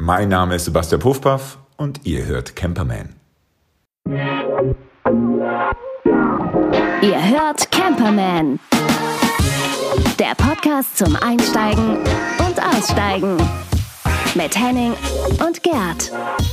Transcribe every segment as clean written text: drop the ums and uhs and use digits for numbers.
Mein Name ist Sebastian Puffpaff und ihr hört Camperman. Ihr hört Camperman. Der Podcast zum Einsteigen und Aussteigen. Mit Henning und Gerd.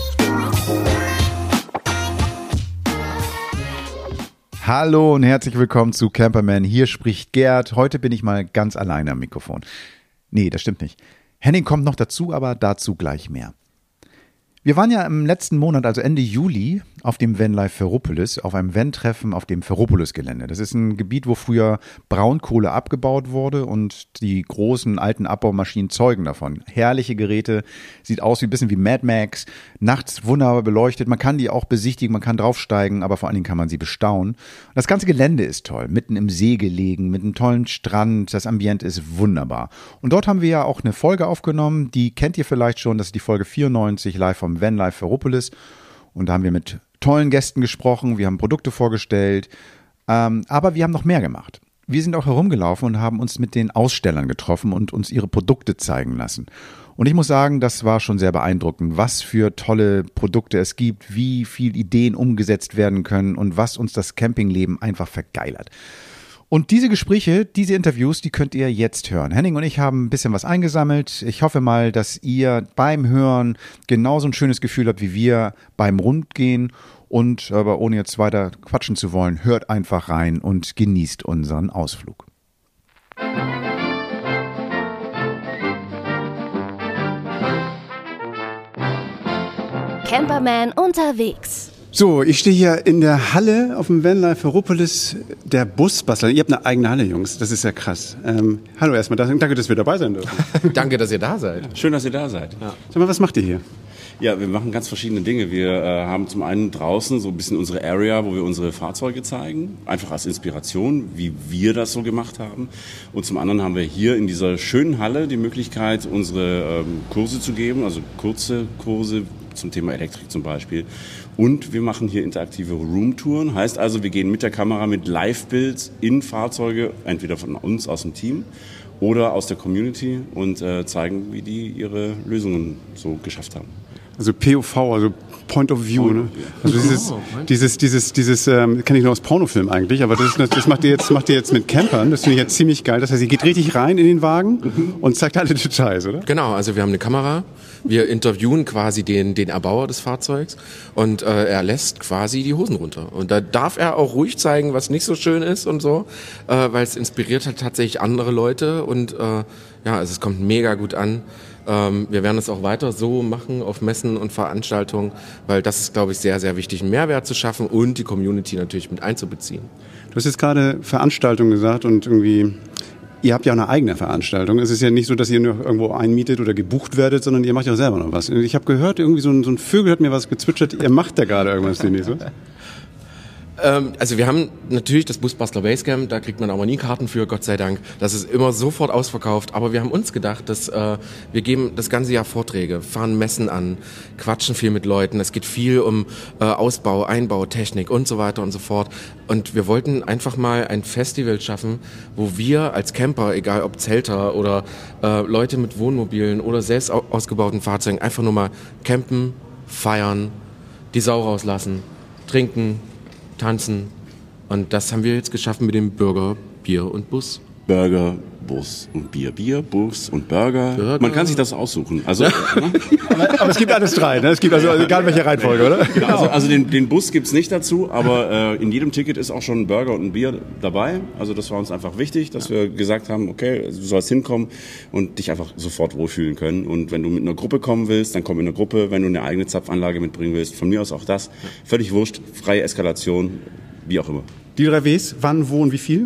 Hallo und herzlich willkommen zu Camperman. Hier spricht Gerd. Heute bin ich mal ganz alleine am Mikrofon. Nee, das stimmt nicht. Henning kommt noch dazu, aber dazu gleich mehr. Wir waren ja im letzten Monat, also Ende Juli, auf dem Vanlife Ferropolis, auf einem Van-Treffen auf dem Ferropolis-Gelände. Das ist ein Gebiet, wo früher Braunkohle abgebaut wurde und die großen alten Abbaumaschinen zeugen davon. Herrliche Geräte, sieht aus wie ein bisschen wie Mad Max, nachts wunderbar beleuchtet. Man kann die auch besichtigen, man kann draufsteigen, aber vor allen Dingen kann man sie bestaunen. Das ganze Gelände ist toll, mitten im See gelegen, mit einem tollen Strand, das Ambiente ist wunderbar. Und dort haben wir ja auch eine Folge aufgenommen, die kennt ihr vielleicht schon, das ist die Folge 94, live vom Vanlife Ferropolis. Und da haben wir mit tollen Gästen gesprochen, wir haben Produkte vorgestellt, aber wir haben noch mehr gemacht. Wir sind auch herumgelaufen und haben uns mit den Ausstellern getroffen und uns ihre Produkte zeigen lassen. Und ich muss sagen, das war schon sehr beeindruckend, was für tolle Produkte es gibt, wie viel Ideen umgesetzt werden können und was uns das Campingleben einfach vergeilert. Und diese Gespräche, diese Interviews, die könnt ihr jetzt hören. Henning und ich haben ein bisschen was eingesammelt. Ich hoffe mal, dass ihr beim Hören genauso ein schönes Gefühl habt wie wir beim Rundgehen. Und aber ohne jetzt weiter quatschen zu wollen, hört einfach rein und genießt unseren Ausflug. Camperman unterwegs. So, ich stehe hier in der Halle auf dem Vanlife Ferropolis, der Busbastler. Ihr habt eine eigene Halle, Jungs. Das ist ja krass. Hallo erstmal, danke, dass wir dabei sein dürfen. Danke, dass ihr da seid. Schön, dass ihr da seid. Ja. Sag mal, was macht ihr hier? Ja, wir machen ganz verschiedene Dinge. Wir haben zum einen draußen so ein bisschen unsere Area, wo wir unsere Fahrzeuge zeigen. Einfach als Inspiration, wie wir das so gemacht haben. Und zum anderen haben wir hier in dieser schönen Halle die Möglichkeit, unsere Kurse zu geben. Also kurze Kurse zum Thema Elektrik zum Beispiel. Und wir machen hier interaktive Roomtouren. Heißt also, wir gehen mit der Kamera mit Live-Bild in Fahrzeuge, entweder von uns aus dem Team oder aus der Community und zeigen, wie die ihre Lösungen so geschafft haben. Also POV, also Point of View, ne? Also dieses kenne ich nur aus Pornofilmen eigentlich, aber das macht ihr jetzt mit Campern. Das finde ich jetzt ziemlich geil. Das heißt, ihr geht richtig rein in den Wagen und zeigt alle Details, oder? Genau, also wir haben eine Kamera, wir interviewen quasi den Erbauer des Fahrzeugs und er lässt quasi die Hosen runter. Und da darf er auch ruhig zeigen, was nicht so schön ist und so, weil es inspiriert halt tatsächlich andere Leute und also es kommt mega gut an. Wir werden es auch weiter so machen auf Messen und Veranstaltungen, weil das ist, glaube ich, sehr, sehr wichtig, einen Mehrwert zu schaffen und die Community natürlich mit einzubeziehen. Du hast jetzt gerade Veranstaltungen gesagt und irgendwie, ihr habt ja auch eine eigene Veranstaltung. Es ist ja nicht so, dass ihr nur irgendwo einmietet oder gebucht werdet, sondern ihr macht ja auch selber noch was. Ich habe gehört, irgendwie so ein Vögel hat mir was gezwitschert, ihr macht da gerade irgendwas demnächst, oder? Also wir haben natürlich das Busbastler Basecamp, da kriegt man aber nie Karten für, Gott sei Dank. Das ist immer sofort ausverkauft. Aber wir haben uns gedacht, dass wir geben das ganze Jahr Vorträge, fahren Messen an, quatschen viel mit Leuten. Es geht viel um Ausbau, Einbau, Technik und so weiter und so fort. Und wir wollten einfach mal ein Festival schaffen, wo wir als Camper, egal ob Zelter oder Leute mit Wohnmobilen oder selbst ausgebauten Fahrzeugen, einfach nur mal campen, feiern, die Sau rauslassen, trinken, tanzen. Und das haben wir jetzt geschaffen mit dem Burger, Bier und Bus. Burger, Bus und Bier. Bier, Bus und Burger. Man kann sich das aussuchen. Also, aber es gibt alles drei, ne? Es gibt also egal welche Reihenfolge, oder? Genau. Also den Bus gibt's nicht dazu, aber in jedem Ticket ist auch schon ein Burger und ein Bier dabei. Also das war uns einfach wichtig, dass wir gesagt haben, okay, du sollst hinkommen und dich einfach sofort wohlfühlen können. Und wenn du mit einer Gruppe kommen willst, dann komm in eine Gruppe. Wenn du eine eigene Zapfanlage mitbringen willst, von mir aus auch das. Völlig wurscht, freie Eskalation, wie auch immer. Die 3 Ws, wann, wo und wie viel?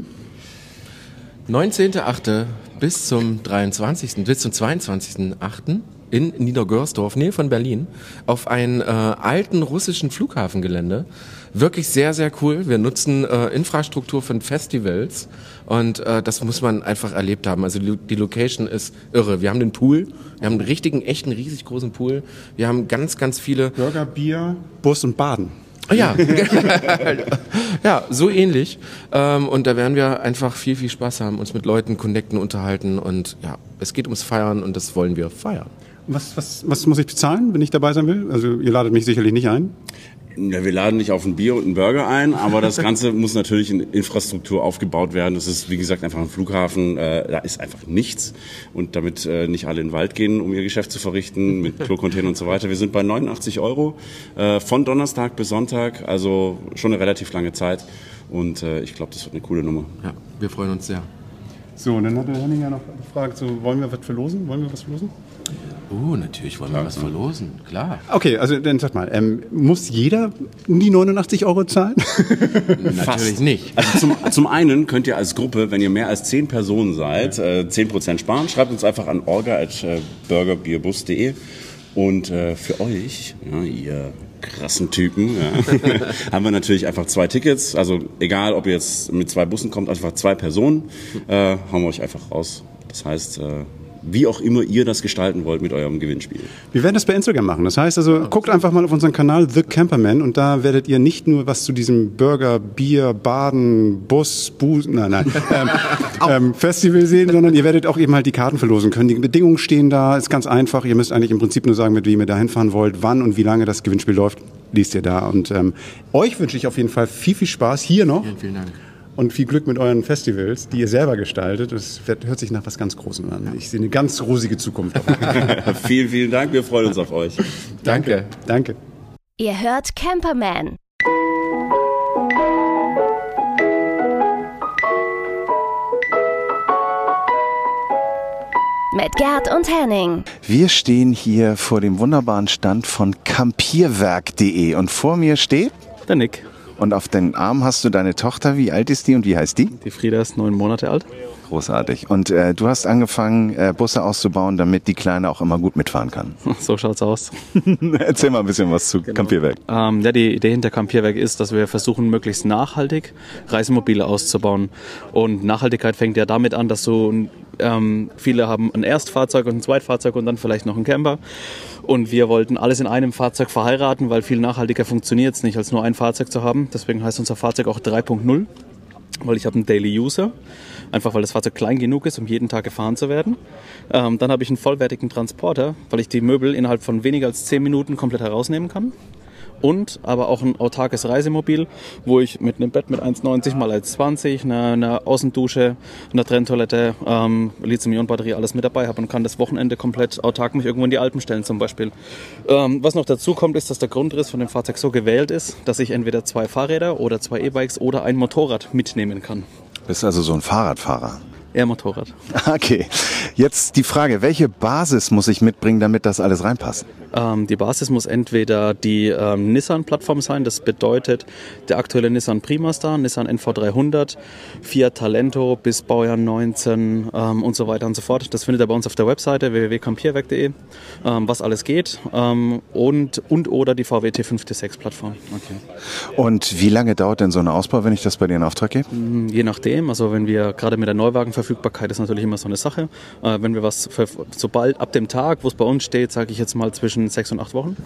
19.8. bis zum 22.8. in Niedergörsdorf, Nähe von Berlin, auf einem alten russischen Flughafengelände. Wirklich sehr, sehr cool. Wir nutzen Infrastruktur von Festivals und das muss man einfach erlebt haben. Also die Location ist irre. Wir haben den Pool, wir haben einen richtigen, echten, riesig großen Pool. Wir haben ganz, ganz viele... Burger, Bier, Bus und Baden. Ja, ja, so ähnlich. Und da werden wir einfach viel, viel Spaß haben, uns mit Leuten connecten, unterhalten und ja, es geht ums Feiern und das wollen wir feiern. Was muss ich bezahlen, wenn ich dabei sein will? Also ihr ladet mich sicherlich nicht ein. Ja, wir laden nicht auf ein Bier und einen Burger ein, aber das Ganze muss natürlich in Infrastruktur aufgebaut werden. Das ist, wie gesagt, einfach ein Flughafen. Da ist einfach nichts. Und damit nicht alle in den Wald gehen, um ihr Geschäft zu verrichten, mit Klocontainer und so weiter. Wir sind bei 89 € von Donnerstag bis Sonntag, also schon eine relativ lange Zeit. Und ich glaube, das wird eine coole Nummer. Ja, wir freuen uns sehr. So, und dann hat der Henning ja noch gefragt, so, wollen wir was verlosen? Natürlich wollen wir was verlosen, klar. Okay, also dann sag mal, muss jeder die 89 € zahlen? Natürlich nicht. Also zum einen könnt ihr als Gruppe, wenn ihr mehr als 10 Personen seid, 10% sparen. Schreibt uns einfach an orga@burgerbierbus.de. Und für euch, ja, ihr krassen Typen, ja, haben wir natürlich einfach 2 Tickets. Also egal, ob ihr jetzt mit 2 Bussen kommt, einfach 2 Personen, hauen wir euch einfach raus. Das heißt, wie auch immer ihr das gestalten wollt mit eurem Gewinnspiel. Wir werden das bei Instagram machen. Das heißt also, guckt einfach mal auf unseren Kanal The Camperman und da werdet ihr nicht nur was zu diesem Burger, Bier, Baden, Bus, Festival sehen, sondern ihr werdet auch eben halt die Karten verlosen können. Die Bedingungen stehen da, ist ganz einfach. Ihr müsst eigentlich im Prinzip nur sagen, mit wem ihr da hinfahren wollt, wann und wie lange das Gewinnspiel läuft, liest ihr da. Und euch wünsche ich auf jeden Fall viel, viel Spaß hier noch. Vielen Dank. Und viel Glück mit euren Festivals, die ihr selber gestaltet. Das hört sich nach was ganz Großem an. Ich sehe eine ganz rosige Zukunft. Vielen, vielen Dank. Wir freuen uns auf euch. Danke. Danke. Ihr hört Camperman. Mit Gerd und Henning. Wir stehen hier vor dem wunderbaren Stand von campierwerk.de und vor mir steht Der Nick. und auf den Arm hast du deine Tochter. Wie alt ist die und wie heißt die? Die Frieda ist 9 Monate alt. Großartig. Und du hast angefangen, Busse auszubauen, damit die Kleine auch immer gut mitfahren kann. So schaut's aus. Erzähl mal ein bisschen was zu Campierwerk. Ja, die Idee hinter Campierwerk ist, dass wir versuchen, möglichst nachhaltig Reisemobile auszubauen. Und Nachhaltigkeit fängt ja damit an, dass viele haben ein Erstfahrzeug und ein Zweitfahrzeug und dann vielleicht noch einen Camper. Und wir wollten alles in einem Fahrzeug verheiraten, weil viel nachhaltiger funktioniert es nicht, als nur ein Fahrzeug zu haben. Deswegen heißt unser Fahrzeug auch 3.0, weil ich habe einen Daily User. Einfach weil das Fahrzeug klein genug ist, um jeden Tag gefahren zu werden. Dann habe ich einen vollwertigen Transporter, weil ich die Möbel innerhalb von weniger als 10 Minuten komplett herausnehmen kann. Und aber auch ein autarkes Reisemobil, wo ich mit einem Bett mit 1,90 x 1,20, einer Außendusche, einer Trenntoilette, Lithium-Ionen-Batterie alles mit dabei habe und kann das Wochenende komplett autark mich irgendwo in die Alpen stellen zum Beispiel. Was noch dazu kommt, ist, dass der Grundriss von dem Fahrzeug so gewählt ist, dass ich entweder 2 Fahrräder oder 2 E-Bikes oder ein Motorrad mitnehmen kann. Bist also so ein Fahrradfahrer? Eher Motorrad. Okay, jetzt die Frage, welche Basis muss ich mitbringen, damit das alles reinpasst? Die Basis muss entweder die Nissan-Plattform sein, das bedeutet der aktuelle Nissan Primastar, Nissan NV300, Fiat Talento bis Baujahr 19 und so weiter und so fort. Das findet ihr bei uns auf der Webseite www.campierwerk.de, was alles geht, und oder die VW T5 T6-Plattform. Okay. Und wie lange dauert denn so ein Ausbau, wenn ich das bei dir in Auftrag gebe? Je nachdem, also wenn wir gerade mit der Neuwagenverfügbarkeit ist natürlich immer so eine Sache. Wenn wir was sobald ab dem Tag, wo es bei uns steht, sage ich jetzt mal zwischen 6 und 8 Wochen.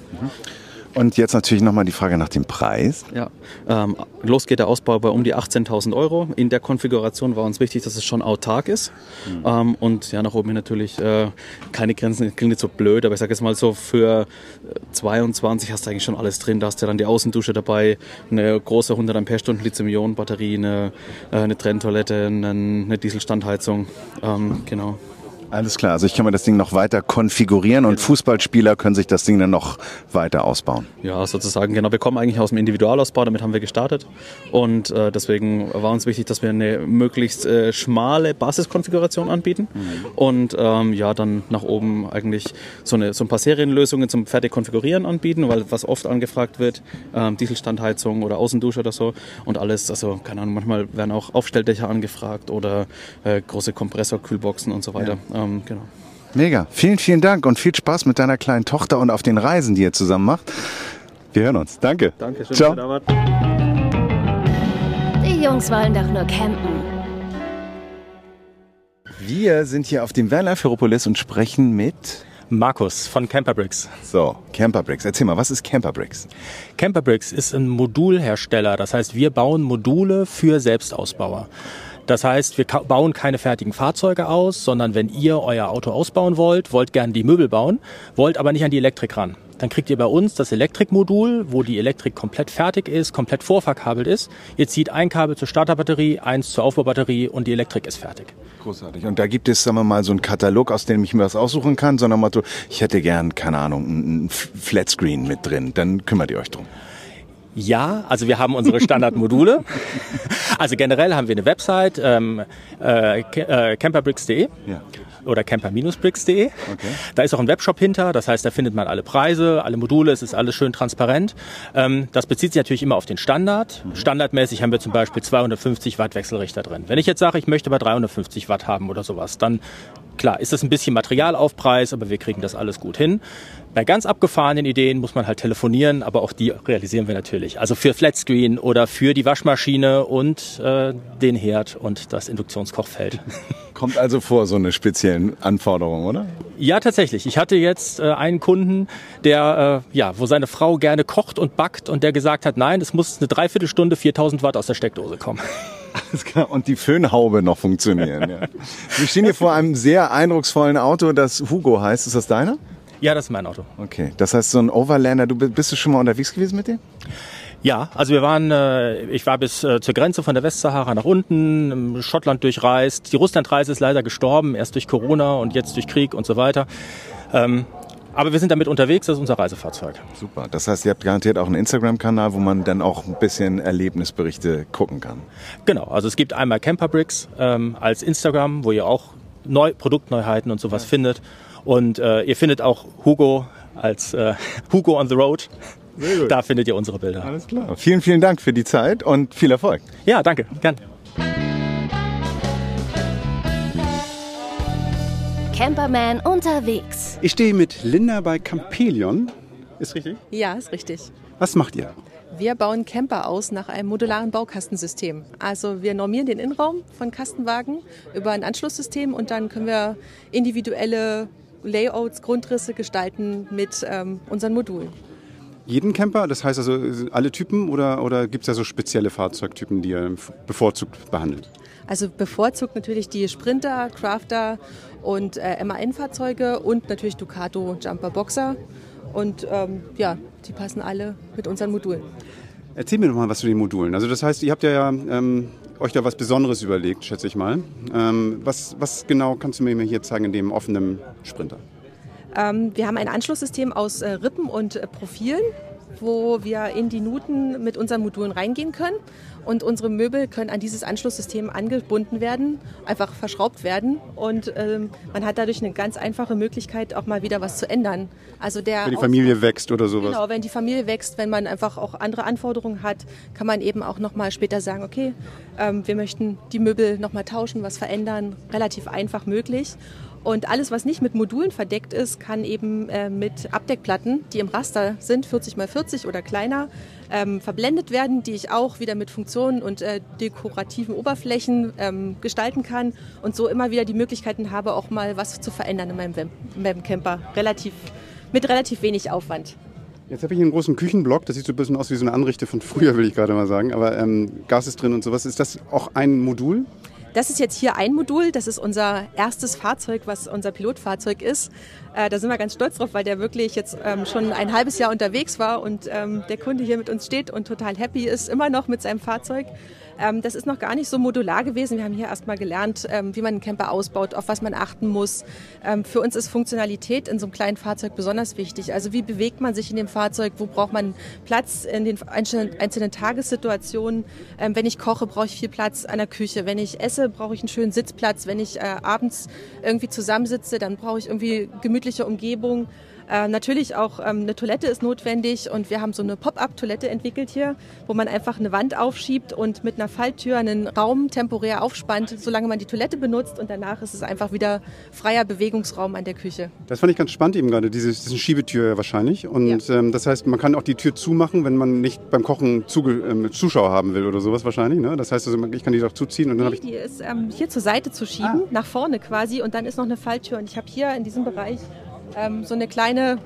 Und jetzt natürlich nochmal die Frage nach dem Preis. Ja, los geht der Ausbau bei um die 18.000 €. In der Konfiguration war uns wichtig, dass es schon autark ist. Und ja, nach oben hin natürlich keine Grenzen, klingt nicht so blöd, aber ich sage jetzt mal so, für 22 hast du eigentlich schon alles drin. Da hast du dann die Außendusche dabei, eine große 100 Ampere-Stunden Lithium-Ionen-Batterie, eine Trenntoilette, eine Dieselstandheizung, genau. Alles klar, also ich kann mir das Ding noch weiter konfigurieren und Fußballspieler können sich das Ding dann noch weiter ausbauen. Ja, sozusagen, genau. Wir kommen eigentlich aus dem Individualausbau, damit haben wir gestartet und deswegen war uns wichtig, dass wir eine möglichst schmale Basiskonfiguration anbieten und dann nach oben eigentlich so ein paar Serienlösungen zum fertig konfigurieren anbieten, weil was oft angefragt wird, Dieselstandheizung oder Außendusche oder so und alles, also keine Ahnung, manchmal werden auch Aufstelldächer angefragt oder große Kompressorkühlboxen und so weiter. Ja. Genau. Mega. Vielen, vielen Dank und viel Spaß mit deiner kleinen Tochter und auf den Reisen, die ihr zusammen macht. Wir hören uns. Danke. Danke, schön, ciao. dass ihr da wart. Die Jungs wollen doch nur campen. Wir sind hier auf dem Vanlife Ferropolis und sprechen mit Markus von Camperbricks. So, Camperbricks. Erzähl mal, was ist Camperbricks? Camperbricks ist ein Modulhersteller. Das heißt, wir bauen Module für Selbstausbauer. Das heißt, wir bauen keine fertigen Fahrzeuge aus, sondern wenn ihr euer Auto ausbauen wollt gerne die Möbel bauen, wollt aber nicht an die Elektrik ran. Dann kriegt ihr bei uns das Elektrikmodul, wo die Elektrik komplett fertig ist, komplett vorverkabelt ist. Ihr zieht ein Kabel zur Starterbatterie, eins zur Aufbaubatterie und die Elektrik ist fertig. Großartig. Und da gibt es, sagen wir mal, so einen Katalog, aus dem ich mir was aussuchen kann, sondern Motto, ich hätte gern, keine Ahnung, einen Flatscreen mit drin. Dann kümmert ihr euch drum. Ja, also wir haben unsere Standardmodule. Also generell haben wir eine Website, camperbricks.de. Ja. Oder camper-bricks.de. Okay. Da ist auch ein Webshop hinter, das heißt, da findet man alle Preise, alle Module, es ist alles schön transparent. Das bezieht sich natürlich immer auf den Standard. Standardmäßig haben wir zum Beispiel 250 Watt Wechselrichter drin. Wenn ich jetzt sage, ich möchte aber 350 Watt haben oder sowas, dann klar, ist das ein bisschen Materialaufpreis, aber wir kriegen das alles gut hin. Bei ganz abgefahrenen Ideen muss man halt telefonieren, aber auch die realisieren wir natürlich. Also für Flatscreen oder für die Waschmaschine und den Herd und das Induktionskochfeld. Kommt also vor, so eine speziellen Anforderung, oder? Ja, tatsächlich. Ich hatte jetzt einen Kunden, der, wo seine Frau gerne kocht und backt und der gesagt hat, nein, es muss eine Dreiviertelstunde 4000 Watt aus der Steckdose kommen. Alles klar. Und die Föhnhaube noch funktionieren. Ja. Wir stehen hier vor einem sehr eindrucksvollen Auto, das Hugo heißt. Ist das deiner? Ja, das ist mein Auto. Okay, das heißt so ein Overlander. Bist du schon mal unterwegs gewesen mit dem? Ja, also ich war bis zur Grenze von der Westsahara nach unten, Schottland durchreist. Die Russlandreise ist leider gestorben, erst durch Corona und jetzt durch Krieg und so weiter. Aber wir sind damit unterwegs, das ist unser Reisefahrzeug. Super, das heißt, ihr habt garantiert auch einen Instagram-Kanal, wo man dann auch ein bisschen Erlebnisberichte gucken kann. Genau, also es gibt einmal Camperbricks als Instagram, wo ihr auch Produktneuheiten und sowas findet. Und ihr findet auch Hugo als Hugo on the Road. Sehr gut. Da findet ihr unsere Bilder. Alles klar. Vielen, vielen Dank für die Zeit und viel Erfolg. Ja, danke. Gern. Camperman unterwegs. Ich stehe mit Linda bei Campelion. Ist richtig? Ja, ist richtig. Was macht ihr? Wir bauen Camper aus nach einem modularen Baukastensystem. Also wir normieren den Innenraum von Kastenwagen über ein Anschlusssystem und dann können wir individuelle Layouts, Grundrisse gestalten mit unseren Modulen. Jeden Camper? Das heißt also alle Typen oder gibt es da so spezielle Fahrzeugtypen, die ihr bevorzugt behandelt? Also bevorzugt natürlich die Sprinter, Crafter und MAN-Fahrzeuge und natürlich Ducato, Jumper, Boxer. Und die passen alle mit unseren Modulen. Erzähl mir doch mal was zu den Modulen. Also das heißt, ihr habt ja euch da was Besonderes überlegt, schätze ich mal. Was genau kannst du mir hier zeigen in dem offenen Sprinter? Wir haben ein Anschlusssystem aus Rippen und Profilen, wo wir in die Nuten mit unseren Modulen reingehen können. Und unsere Möbel können an dieses Anschlusssystem angebunden werden, einfach verschraubt werden. Und man hat dadurch eine ganz einfache Möglichkeit, auch mal wieder was zu ändern. Also wenn die Familie wächst oder sowas. Genau, wenn die Familie wächst, wenn man einfach auch andere Anforderungen hat, kann man eben auch noch mal später sagen, okay, wir möchten die Möbel noch mal tauschen, was verändern. Relativ einfach möglich. Und alles, was nicht mit Modulen verdeckt ist, kann eben mit Abdeckplatten, die im Raster sind, 40x40 oder kleiner, verblendet werden, die ich auch wieder mit Funktionen und dekorativen Oberflächen gestalten kann und so immer wieder die Möglichkeiten habe, auch mal was zu verändern in meinem Camper, mit relativ wenig Aufwand. Jetzt habe ich hier einen großen Küchenblock, das sieht so ein bisschen aus wie so eine Anrichte von früher, will ich gerade mal sagen, aber Gas ist drin und sowas. Ist das auch ein Modul? Das ist jetzt hier ein Modul, das ist unser erstes Fahrzeug, was unser Pilotfahrzeug ist. Da sind wir ganz stolz drauf, weil der wirklich jetzt schon ein halbes Jahr unterwegs war und der Kunde hier mit uns steht und total happy ist, immer noch mit seinem Fahrzeug. Das ist noch gar nicht so modular gewesen. Wir haben hier erstmal gelernt, wie man einen Camper ausbaut, auf was man achten muss. Für uns ist Funktionalität in so einem kleinen Fahrzeug besonders wichtig. Also wie bewegt man sich in dem Fahrzeug? Wo braucht man Platz in den einzelnen Tagessituationen? Wenn ich koche, brauche ich viel Platz an der Küche. Wenn ich esse, brauche ich einen schönen Sitzplatz. Wenn ich abends irgendwie zusammensitze, dann brauche ich irgendwie gemütliche Umgebung. Natürlich auch eine Toilette ist notwendig und wir haben so eine Pop-up-Toilette entwickelt hier, wo man einfach eine Wand aufschiebt und mit einer Falltür einen Raum temporär aufspannt, solange man die Toilette benutzt und danach ist es einfach wieder freier Bewegungsraum an der Küche. Das fand ich ganz spannend eben gerade, diese Schiebetür wahrscheinlich und ja. Das heißt, man kann auch die Tür zumachen, wenn man nicht beim Kochen Zuschauer haben will oder sowas wahrscheinlich, ne? Das heißt, also, ich kann die doch zuziehen und dann habe ich... Die ist hier zur Seite zu schieben, nach vorne quasi und dann ist noch eine Falltür und ich habe hier in diesem Bereich so eine kleine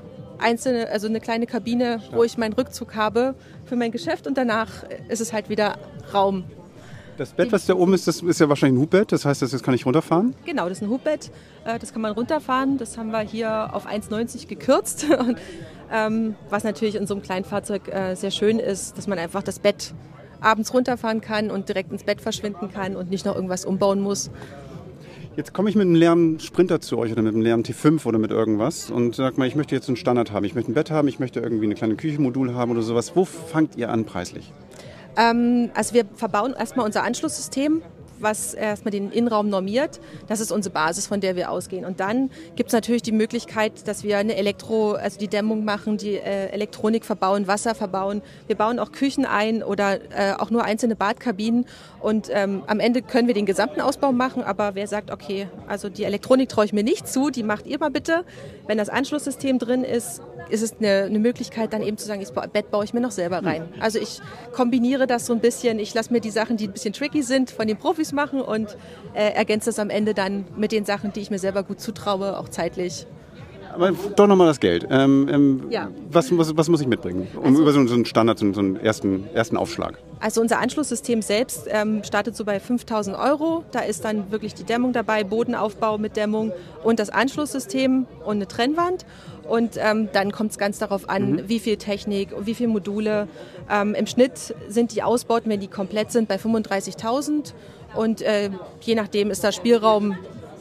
Kabine, wo ich meinen Rückzug habe für mein Geschäft und danach ist es halt wieder Raum. Das Bett, was da oben ist, das ist ja wahrscheinlich ein Hubbett. Das heißt, das kann ich runterfahren? Genau, das ist ein Hubbett. Das kann man runterfahren. Das haben wir hier auf 1,90 gekürzt. Und, was natürlich in so einem kleinen Fahrzeug sehr schön ist, dass man einfach das Bett abends runterfahren kann und direkt ins Bett verschwinden kann und nicht noch irgendwas umbauen muss. Jetzt komme ich mit einem leeren Sprinter zu euch oder mit einem leeren T5 oder mit irgendwas und sag mal, ich möchte jetzt einen Standard haben. Ich möchte ein Bett haben, ich möchte irgendwie eine kleine Küchenmodul haben oder sowas. Wo fangt ihr an preislich? Also wir verbauen erstmal unser Anschlusssystem, was erstmal den Innenraum normiert. Das ist unsere Basis, von der wir ausgehen. Und dann gibt es natürlich die Möglichkeit, dass wir eine also die Dämmung machen, die Elektronik verbauen, Wasser verbauen. Wir bauen auch Küchen ein oder auch nur einzelne Badkabinen. Und am Ende können wir den gesamten Ausbau machen. Aber wer sagt, okay, also die Elektronik traue ich mir nicht zu, die macht ihr mal bitte. Wenn das Anschlusssystem drin ist, ist es eine Möglichkeit, dann eben zu sagen, das Bett baue ich mir noch selber rein. Also ich kombiniere das so ein bisschen. Ich lasse mir die Sachen, die ein bisschen tricky sind, von den Profis machen und ergänze das am Ende dann mit den Sachen, die ich mir selber gut zutraue, auch zeitlich. Aber doch nochmal das Geld. Ja. Was muss ich mitbringen, um über so einen Standard, so einen ersten Aufschlag? Also unser Anschlusssystem selbst startet so bei 5.000 €. Da ist dann wirklich die Dämmung dabei, Bodenaufbau mit Dämmung und das Anschlusssystem und eine Trennwand. Und dann kommt es ganz darauf an, wie viel Technik, wie viele Module. Im Schnitt sind die Ausbauten, wenn die komplett sind, bei 35.000. Und je nachdem ist da Spielraum,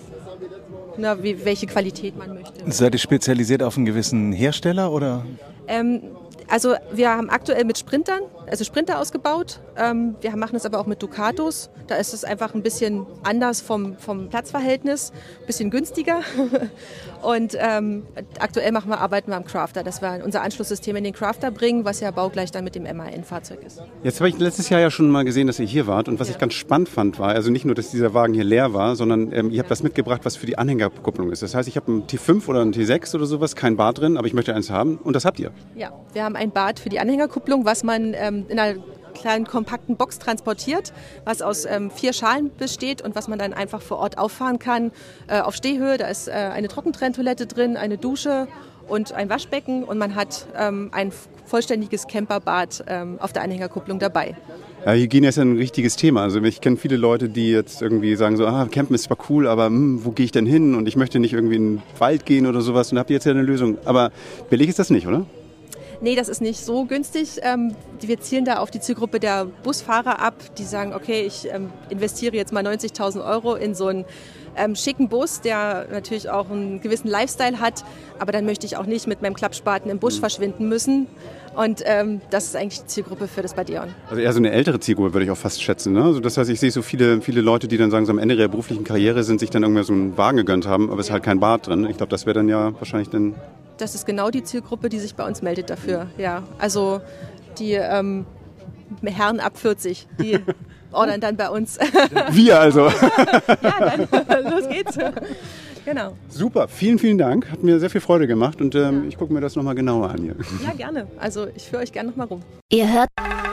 welche Qualität man möchte. Seid ihr spezialisiert auf einen gewissen Hersteller oder? Also wir haben aktuell mit Sprinter ausgebaut. Wir machen es aber auch mit Ducatos. Da ist es einfach ein bisschen anders vom Platzverhältnis, ein bisschen günstiger. Und aktuell arbeiten wir am Crafter, dass wir unser Anschlusssystem in den Crafter bringen, was ja baugleich dann mit dem MAN-Fahrzeug ist. Jetzt habe ich letztes Jahr ja schon mal gesehen, dass ihr hier wart. Und was ich ganz spannend fand, war, also nicht nur, dass dieser Wagen hier leer war, sondern ihr habt was mitgebracht, was für die Anhängerkupplung ist. Das heißt, ich habe einen T5 oder einen T6 oder sowas, kein Bad drin, aber ich möchte eins haben. Und das habt ihr. Ja, wir haben ein Bad für die Anhängerkupplung, was man in einer kleinen kompakten Box transportiert, was aus 4 Schalen besteht und was man dann einfach vor Ort auffahren kann. Auf Stehhöhe, da ist eine Trockentrenntoilette drin, eine Dusche und ein Waschbecken und man hat ein vollständiges Camperbad auf der Anhängerkupplung dabei. Ja, Hygiene ist ja ein richtiges Thema. Also ich kenne viele Leute, die jetzt irgendwie sagen so, Campen ist zwar cool, aber wo gehe ich denn hin? Und ich möchte nicht irgendwie in den Wald gehen oder sowas. Und da habt ihr jetzt ja eine Lösung. Aber billig ist das nicht, oder? Nee, das ist nicht so günstig. Wir zielen da auf die Zielgruppe der Busfahrer ab, die sagen, okay, ich investiere jetzt mal 90.000 € in so einen schicken Bus, der natürlich auch einen gewissen Lifestyle hat, aber dann möchte ich auch nicht mit meinem Klappspaten im Busch verschwinden müssen. Und das ist eigentlich die Zielgruppe für das Badeon. Also eher so eine ältere Zielgruppe, würde ich auch fast schätzen. Ne? Also das heißt, ich sehe so viele Leute, die dann sagen, so am Ende ihrer beruflichen Karriere sind, sich dann irgendwie so einen Wagen gegönnt haben, aber es ist halt kein Bad drin. Ich glaube, das wäre dann ja wahrscheinlich dann... Das ist genau die Zielgruppe, die sich bei uns meldet dafür. Ja, also die Herren ab 40, die ordern dann bei uns. Wir also. Ja, dann los geht's. Genau. Super, vielen, vielen Dank. Hat mir sehr viel Freude gemacht und ich gucke mir das nochmal genauer an hier. Ja, gerne. Also ich führe euch gerne nochmal rum. Ihr hört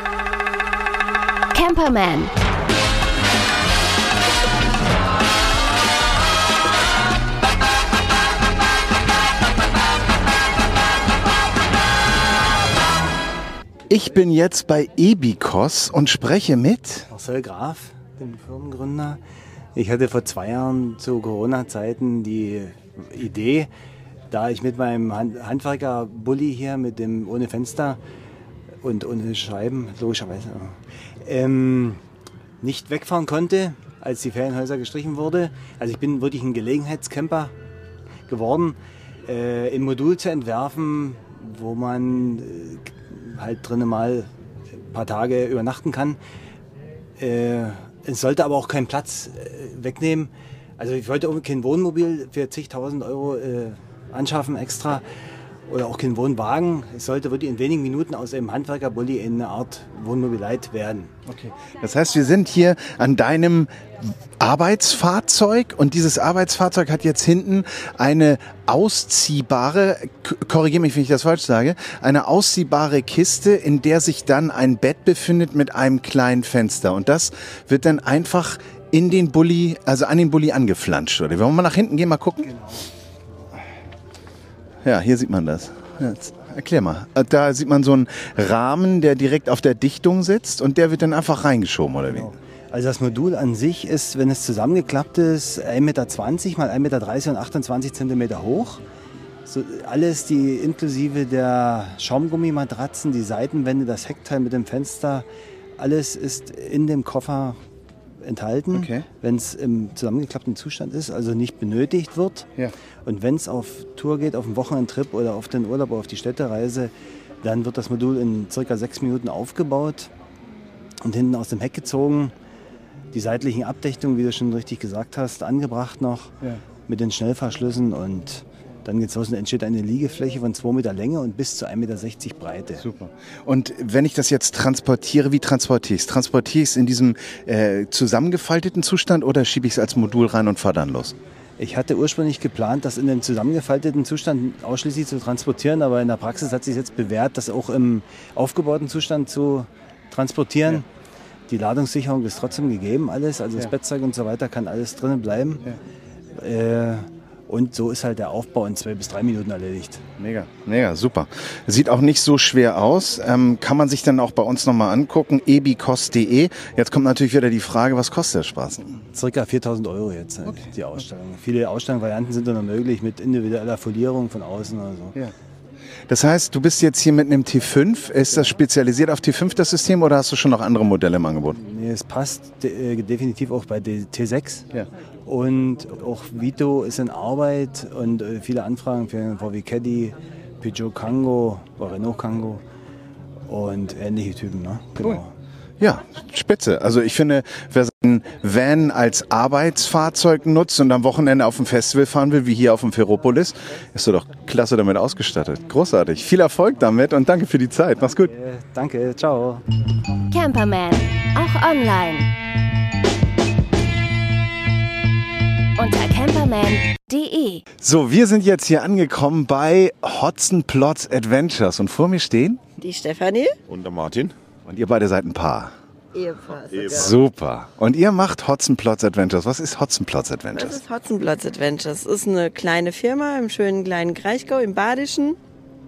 Camperman. Ich bin jetzt bei Ebikos und spreche mit Marcel Graf, dem Firmengründer. Ich hatte vor 2 Jahren zu Corona-Zeiten die Idee, da ich mit meinem Handwerker-Bulli hier mit dem ohne Fenster und ohne Scheiben, logischerweise, nicht wegfahren konnte, als die Ferienhäuser gestrichen wurde. Also ich bin wirklich ein Gelegenheitscamper geworden, ein Modul zu entwerfen, wo man halt drinnen mal ein paar Tage übernachten kann. Es sollte aber auch keinen Platz wegnehmen. Also ich wollte auch kein Wohnmobil für zigtausend Euro anschaffen extra oder auch kein Wohnwagen. Es sollte wirklich in wenigen Minuten aus einem Handwerkerbully eine Art Wohnmobilite werden. Okay. Das heißt, wir sind hier an deinem Arbeitsfahrzeug und dieses Arbeitsfahrzeug hat jetzt hinten eine ausziehbare, korrigiere mich, wenn ich das falsch sage, eine ausziehbare Kiste, in der sich dann ein Bett befindet mit einem kleinen Fenster und das wird dann einfach in den Bulli, also an den Bulli angeflanscht, oder? Wollen wir mal nach hinten gehen, mal gucken? Genau. Ja, hier sieht man das. Jetzt, erklär mal. Da sieht man so einen Rahmen, der direkt auf der Dichtung sitzt und der wird dann einfach reingeschoben, oder wie? Genau. Also das Modul an sich ist, wenn es zusammengeklappt ist, 1,20 Meter mal 1,30 Meter und 28 Zentimeter hoch. So, alles die inklusive der Schaumgummimatratzen, die Seitenwände, das Heckteil mit dem Fenster, alles ist in dem Koffer enthalten, wenn es im zusammengeklappten Zustand ist, also nicht benötigt wird. Ja. Und wenn es auf Tour geht, auf einen Wochenendtrip oder auf den Urlaub, auf die Städtereise, dann wird das Modul in circa 6 Minuten aufgebaut und hinten aus dem Heck gezogen. Die seitlichen Abdichtungen, wie du schon richtig gesagt hast, angebracht noch mit den Schnellfahrschlüssen und dann geht's los und entsteht eine Liegefläche von 2 Meter Länge und bis zu 1,60 Meter Breite. Super. Und wenn ich das jetzt transportiere, wie transportiere ich es? Transportiere ich es in diesem zusammengefalteten Zustand oder schiebe ich es als Modul rein und fahre dann los? Ich hatte ursprünglich geplant, das in dem zusammengefalteten Zustand ausschließlich zu transportieren, aber in der Praxis hat sich jetzt bewährt, das auch im aufgebauten Zustand zu transportieren. Ja. Die Ladungssicherung ist trotzdem gegeben, alles, also das Bettzeug und so weiter kann alles drinnen bleiben. Ja. Und so ist halt der Aufbau in 2 bis 3 Minuten erledigt. Mega, super. Sieht auch nicht so schwer aus. Kann man sich dann auch bei uns nochmal angucken, ebikost.de. Jetzt kommt natürlich wieder die Frage, was kostet der Spaß? Circa 4.000 € jetzt, die Ausstellung. Viele Ausstellungsvarianten sind dann noch möglich mit individueller Folierung von außen oder so. Ja. Das heißt, du bist jetzt hier mit einem T5. Ist das spezialisiert auf T5 das System oder hast du schon noch andere Modelle im Angebot? Nee, es passt definitiv auch bei T6. Ja. Und auch Vito ist in Arbeit und viele Anfragen für den VW Caddy, Peugeot Kangoo, Renault Kangoo und ähnliche Typen. Ne? Genau. Cool. Ja, spitze. Also ich finde, wer seinen Van als Arbeitsfahrzeug nutzt und am Wochenende auf dem Festival fahren will, wie hier auf dem Ferropolis, ist doch klasse damit ausgestattet. Großartig. Viel Erfolg damit und danke für die Zeit. Mach's gut. Danke, ciao. Camperman, auch online. Unter camperman.de. So, wir sind jetzt hier angekommen bei Hotzenplotz Adventures und vor mir stehen die Stefanie und der Martin. Und ihr beide seid ein Paar. Ehepaar. Super. Und ihr macht Hotzenplotz Adventures. Was ist Hotzenplotz Adventures? Das ist Hotzenplotz Adventures. Das ist eine kleine Firma im schönen kleinen Kraichgau im Badischen.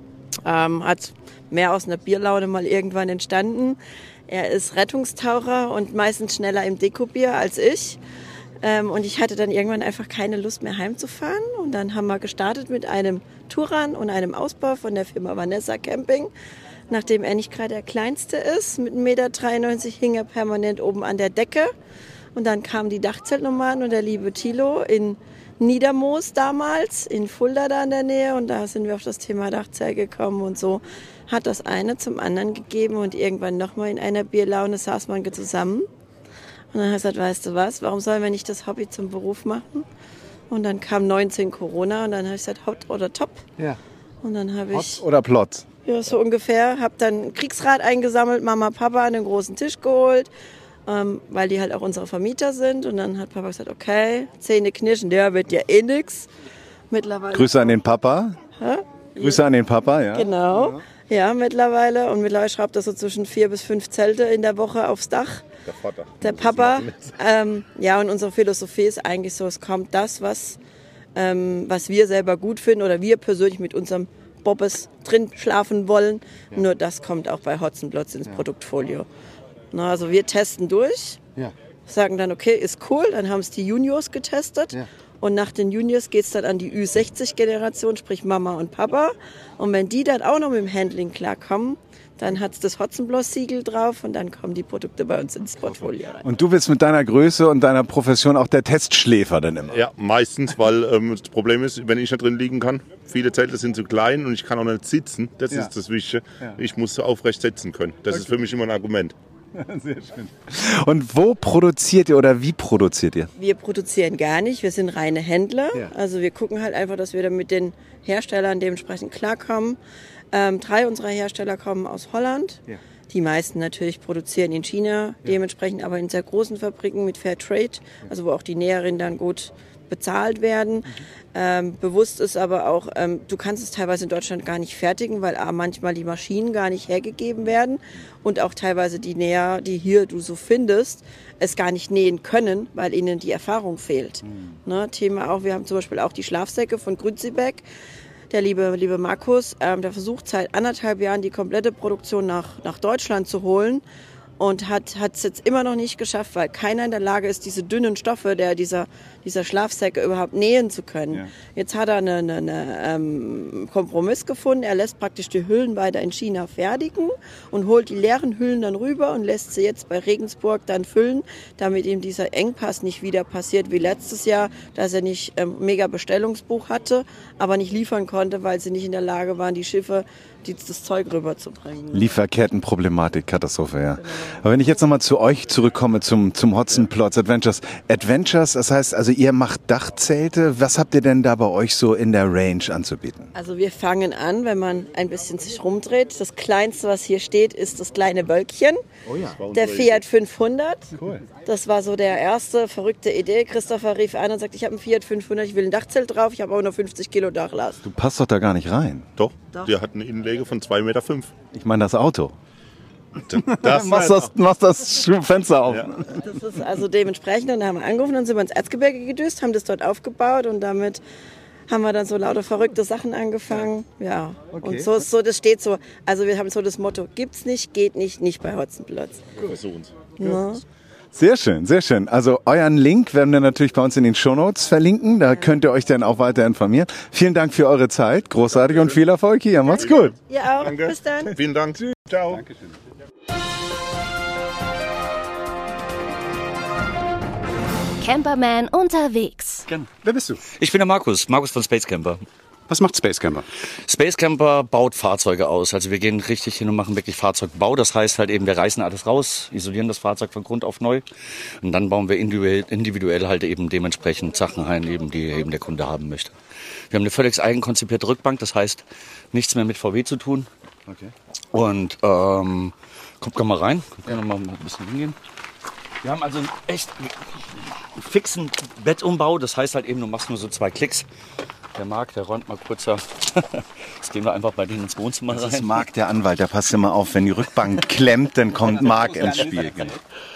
Hat mehr aus einer Bierlaune mal irgendwann entstanden. Er ist Rettungstaucher und meistens schneller im Dekobier als ich. Und ich hatte dann irgendwann einfach keine Lust mehr heimzufahren. Und dann haben wir gestartet mit einem Touran und einem Ausbau von der Firma Vanessa Camping. Nachdem er nicht gerade der Kleinste ist, mit 1,93 Meter hing er permanent oben an der Decke. Und dann kamen die Dachzeltnomaden und der liebe Thilo in Niedermoos damals, in Fulda da in der Nähe. Und da sind wir auf das Thema Dachzelt gekommen. Und so hat das eine zum anderen gegeben. Und irgendwann nochmal in einer Bierlaune saß man zusammen. Und dann habe ich gesagt, weißt du was, warum sollen wir nicht das Hobby zum Beruf machen? Und dann kam 19 Corona und dann habe ich gesagt, Hot oder Top. Ja. Und dann habe ich... Hot oder Plot? Ja, so ungefähr. Habe dann Kriegsrat eingesammelt, Mama, Papa an den großen Tisch geholt, weil die halt auch unsere Vermieter sind. Und dann hat Papa gesagt, okay, Zähne knirschen, der wird ja eh nix. Mittlerweile. Grüße an den Papa. Hä? Grüße an den Papa, ja. Genau. Ja, mittlerweile. Und mittlerweile schraubt er so zwischen 4 bis 5 Zelte in der Woche aufs Dach. Der Vater. Der Papa. Ja, und unsere Philosophie ist eigentlich so, es kommt das, was wir selber gut finden oder wir persönlich mit unserem Bobbes drin schlafen wollen. Ja. Nur das kommt auch bei Hotzenplotz ins Produktfolio. Na, also wir testen durch, sagen dann, okay, ist cool, dann haben es die Juniors getestet. Ja. Und nach den Juniors geht es dann an die Ü60-Generation, sprich Mama und Papa. Und wenn die dann auch noch mit dem Handling klarkommen, dann hat es das Hotzenplotz-Siegel drauf und dann kommen die Produkte bei uns ins Portfolio rein. Und du bist mit deiner Größe und deiner Profession auch der Testschläfer dann immer? Ja, meistens, weil das Problem ist, wenn ich da drin liegen kann, viele Zelte sind zu klein und ich kann auch nicht sitzen. Das ist das Wichtige. Ja. Ich muss aufrecht sitzen können. Das ist für mich immer ein Argument. Sehr schön. Und wo produziert ihr oder wie produziert ihr? Wir produzieren gar nicht, wir sind reine Händler. Ja. Also wir gucken halt einfach, dass wir dann mit den Herstellern dementsprechend klarkommen. 3 unserer Hersteller kommen aus Holland. Ja. Die meisten natürlich produzieren in China, dementsprechend aber in sehr großen Fabriken mit Fair Trade, also wo auch die Näherinnen dann gut bezahlt werden. Bewusst ist aber auch, du kannst es teilweise in Deutschland gar nicht fertigen, weil manchmal die Maschinen gar nicht hergegeben werden und auch teilweise die Näher, die hier du so findest, es gar nicht nähen können, weil ihnen die Erfahrung fehlt. Ne, Thema auch, wir haben zum Beispiel auch die Schlafsäcke von Grützibeck. Der liebe Markus, der versucht seit 1,5 Jahren die komplette Produktion nach Deutschland zu holen. und hat es jetzt immer noch nicht geschafft, weil keiner in der Lage ist, diese dünnen Stoffe dieser Schlafsäcke überhaupt nähen zu können. Ja. Jetzt hat er einen Kompromiss gefunden. Er lässt praktisch die Hüllen weiter in China fertigen und holt die leeren Hüllen dann rüber und lässt sie jetzt bei Regensburg dann füllen, damit ihm dieser Engpass nicht wieder passiert wie letztes Jahr, dass er nicht mega Bestellungsbuch hatte, aber nicht liefern konnte, weil sie nicht in der Lage waren, die Schiffe das Zeug rüberzubringen. Lieferkettenproblematik, Katastrophe, ja. Genau. Aber wenn ich jetzt nochmal zu euch zurückkomme, zum Hotzenplotz Adventures. Adventures, das heißt also, ihr macht Dachzelte. Was habt ihr denn da bei euch so in der Range anzubieten? Also wir fangen an, wenn man ein bisschen sich rumdreht. Das Kleinste, was hier steht, ist das kleine Wölkchen. Oh ja. Der Fiat 500. Cool. Das war so der erste verrückte Idee. Christopher rief an und sagt, ich habe einen Fiat 500, ich will ein Dachzelt drauf, ich habe aber nur 50 Kilo Dachlast. Du passt doch da gar nicht rein. Doch. Der hat eine Innenlänge von 2,5 Meter. Ich meine das Auto. Machst das Fenster auf. Ja. Das ist also dementsprechend. Und dann haben wir angerufen, dann sind wir ins Erzgebirge gedüst, haben das dort aufgebaut und damit haben wir dann so lauter verrückte Sachen angefangen. Ja. Okay. Und so, das steht so. Also wir haben so das Motto, gibt's nicht, geht nicht bei Hotzenplotz. Versuchen's. Ja. Sehr schön, sehr schön. Also euren Link werden wir natürlich bei uns in den Shownotes verlinken. Da könnt ihr euch dann auch weiter informieren. Vielen Dank für eure Zeit. Großartig und viel Erfolg hier. Macht's gut. Ja auch. Danke. Bis dann. Vielen Dank. Tschüss. Ciao. Dankeschön. Camperman unterwegs. Wer bist du? Ich bin der Markus von Space Camper. Was macht Space Camper? Space Camper baut Fahrzeuge aus. Also wir gehen richtig hin und machen wirklich Fahrzeugbau. Das heißt halt eben, wir reißen alles raus, isolieren das Fahrzeug von Grund auf neu. Und dann bauen wir individuell halt eben dementsprechend Sachen ein, eben, die eben der Kunde haben möchte. Wir haben eine völlig eigenkonzipierte Rückbank. Das heißt, nichts mehr mit VW zu tun. Okay. Und kommt doch mal rein. Wir können noch mal ein bisschen hingehen. Wir haben also einen echt fixen Bettumbau. Das heißt halt eben, du machst nur so 2 Klicks. Der Marc, der räumt mal kurz. Jetzt gehen wir einfach bei denen ins Wohnzimmer rein. Das ist Marc, der Anwalt. Der passt immer auf, wenn die Rückbank klemmt, dann kommt Marc ins Spiel. Genau.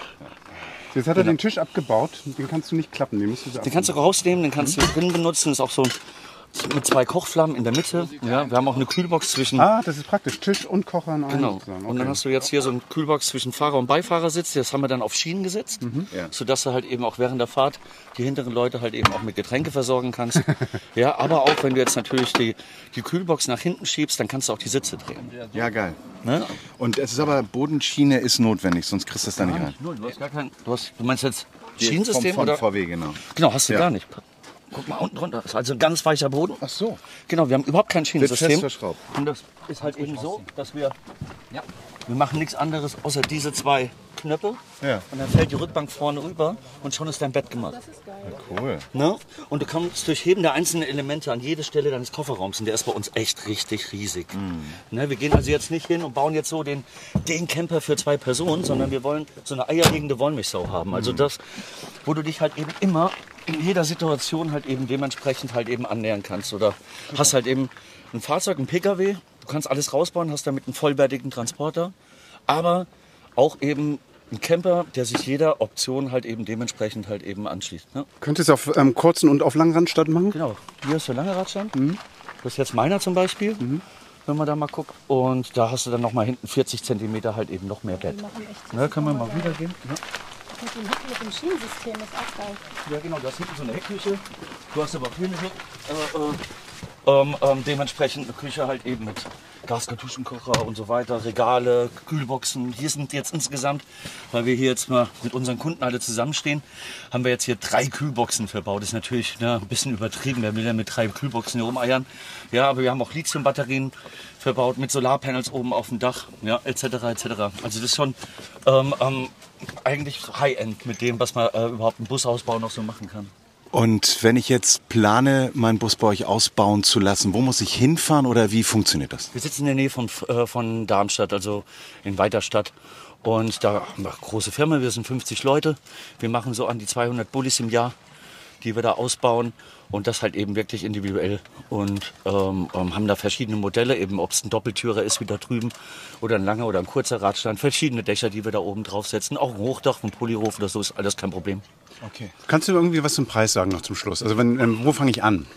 Jetzt hat er den Tisch abgebaut. Den kannst du nicht klappen. Den kannst du rausnehmen, den kannst du drin benutzen. Das ist auch so mit 2 Kochflammen in der Mitte. Ja, wir haben auch eine Kühlbox zwischen. Ah, das ist praktisch. Tisch und Kocher in einem. Genau. Okay. Und dann hast du jetzt hier so eine Kühlbox zwischen Fahrer- und Beifahrersitz. Das haben wir dann auf Schienen gesetzt, sodass du halt eben auch während der Fahrt die hinteren Leute halt eben auch mit Getränke versorgen kannst. Ja, aber auch wenn du jetzt natürlich die Kühlbox nach hinten schiebst, dann kannst du auch die Sitze drehen. Ja, geil. Ne? Und es ist aber Bodenschiene ist notwendig, sonst kriegst du das da nicht rein. Du hast gar kein. Du meinst jetzt Schienensystem von oder? VW, genau. Genau, hast du gar nicht. Guck mal unten drunter, das ist also ein ganz weicher Boden. Ach so. Genau, wir haben überhaupt kein Schienensystem. Wird fest verschraubt. Und das ist halt eben so, dass wir machen nichts anderes außer diese 2 Knöpfe. Ja. Und dann fällt die Rückbank vorne rüber und schon ist dein Bett gemacht. Das ist geil. Ja, cool. Ne? Und du kommst durch Heben der einzelnen Elemente an jede Stelle deines Kofferraums. Und der ist bei uns echt richtig riesig. Ne? Wir gehen also jetzt nicht hin und bauen jetzt so den Camper für 2 Personen, sondern wir wollen so eine eierlegende Wollmilchsau haben. Also das, wo du dich halt eben immer in jeder Situation halt eben dementsprechend halt eben annähern kannst. Oder hast halt eben ein Fahrzeug, ein PKW, du kannst alles rausbauen, hast damit einen vollwertigen Transporter, aber auch eben ein Camper, der sich jeder Option halt eben dementsprechend halt eben anschließt. Ne? Könntest du es auf kurzen und auf langen Radstand machen? Genau, hier ist der lange Radstand. Das ist jetzt meiner zum Beispiel, wenn man da mal guckt. Und da hast du dann noch mal hinten 40 cm halt eben noch mehr Bett. Ne, können wir mal wieder gehen. Ja. Mit dem Schienensystem ist auch geil. Ja genau, du hast hinten so eine Heckküche. Du hast aber auch hier eine dementsprechend eine Küche halt eben mit Gaskartuschenkocher und so weiter, Regale, Kühlboxen. Hier sind jetzt insgesamt, weil wir hier jetzt mal mit unseren Kunden alle zusammenstehen, haben wir jetzt hier 3 Kühlboxen verbaut. Das ist natürlich ein bisschen übertrieben, wer will denn mit 3 Kühlboxen hier rumeiern. Ja, aber wir haben auch Lithiumbatterien verbaut mit Solarpanels oben auf dem Dach, ja, etc. etc. Also das ist schon eigentlich High-End mit dem, was man überhaupt im Busausbau noch so machen kann. Und wenn ich jetzt plane, meinen Bus bei euch ausbauen zu lassen, wo muss ich hinfahren oder wie funktioniert das? Wir sitzen in der Nähe von Darmstadt, also in Weiterstadt. Und da haben wir eine große Firma, wir sind 50 Leute. Wir machen so an die 200 Bullis im Jahr, die wir da ausbauen. Und das halt eben wirklich individuell. Und haben da verschiedene Modelle, eben ob es ein Doppeltürer ist wie da drüben oder ein langer oder ein kurzer Radstand. Verschiedene Dächer, die wir da oben draufsetzen. Auch ein Hochdach, ein Polyhof oder so ist alles kein Problem. Okay. Kannst du irgendwie was zum Preis sagen noch zum Schluss? Also wo fange ich an?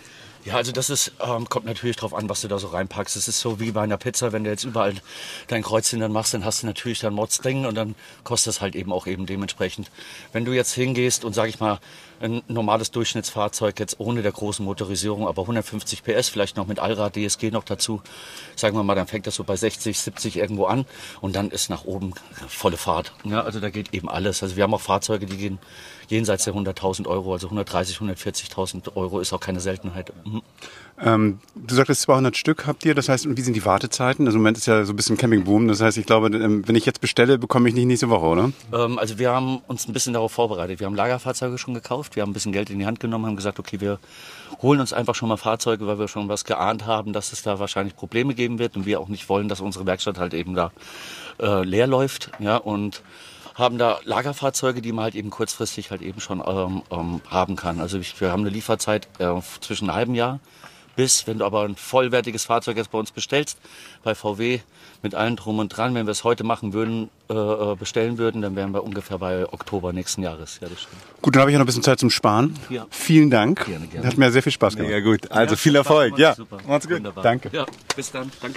Ja, also das ist, kommt natürlich drauf an, was du da so reinpackst. Es ist so wie bei einer Pizza, wenn du jetzt überall dein Kreuzchen dann machst, dann hast du natürlich dann Mordsding und dann kostet es halt eben auch eben dementsprechend. Wenn du jetzt hingehst und, sag ich mal, ein normales Durchschnittsfahrzeug jetzt ohne der großen Motorisierung, aber 150 PS, vielleicht noch mit Allrad, DSG noch dazu, sagen wir mal, dann fängt das so bei 60, 70 irgendwo an und dann ist nach oben volle Fahrt. Ja, also da geht eben alles. Also wir haben auch Fahrzeuge, die gehen jenseits der 100.000 Euro, also 130.000, 140.000 Euro ist auch keine Seltenheit. Mhm. Du sagtest 200 Stück habt ihr, das heißt, und wie sind die Wartezeiten? Also im Moment ist ja so ein bisschen Campingboom, das heißt, ich glaube, wenn ich jetzt bestelle, bekomme ich nicht nächste Woche, oder? Also wir haben uns ein bisschen darauf vorbereitet. Wir haben Lagerfahrzeuge schon gekauft, wir haben ein bisschen Geld in die Hand genommen, haben gesagt, okay, wir holen uns einfach schon mal Fahrzeuge, weil wir schon was geahnt haben, dass es da wahrscheinlich Probleme geben wird und wir auch nicht wollen, dass unsere Werkstatt halt eben da leer läuft, ja, und haben da Lagerfahrzeuge, die man halt eben kurzfristig halt eben schon haben kann. Also wir haben eine Lieferzeit zwischen einem halben Jahr bis, wenn du aber ein vollwertiges Fahrzeug jetzt bei uns bestellst, bei VW mit allem drum und dran, wenn wir es heute machen würden, bestellen würden, dann wären wir ungefähr bei Oktober nächsten Jahres. Ja, das stimmt. Gut, dann habe ich ja noch ein bisschen Zeit zum Sparen. Ja. Vielen Dank. Gerne, gerne. Hat mir sehr viel Spaß gemacht. Ja gut, also viel Erfolg. Ja, super. macht's gut. Wunderbar. Danke. Ja, bis dann. Danke.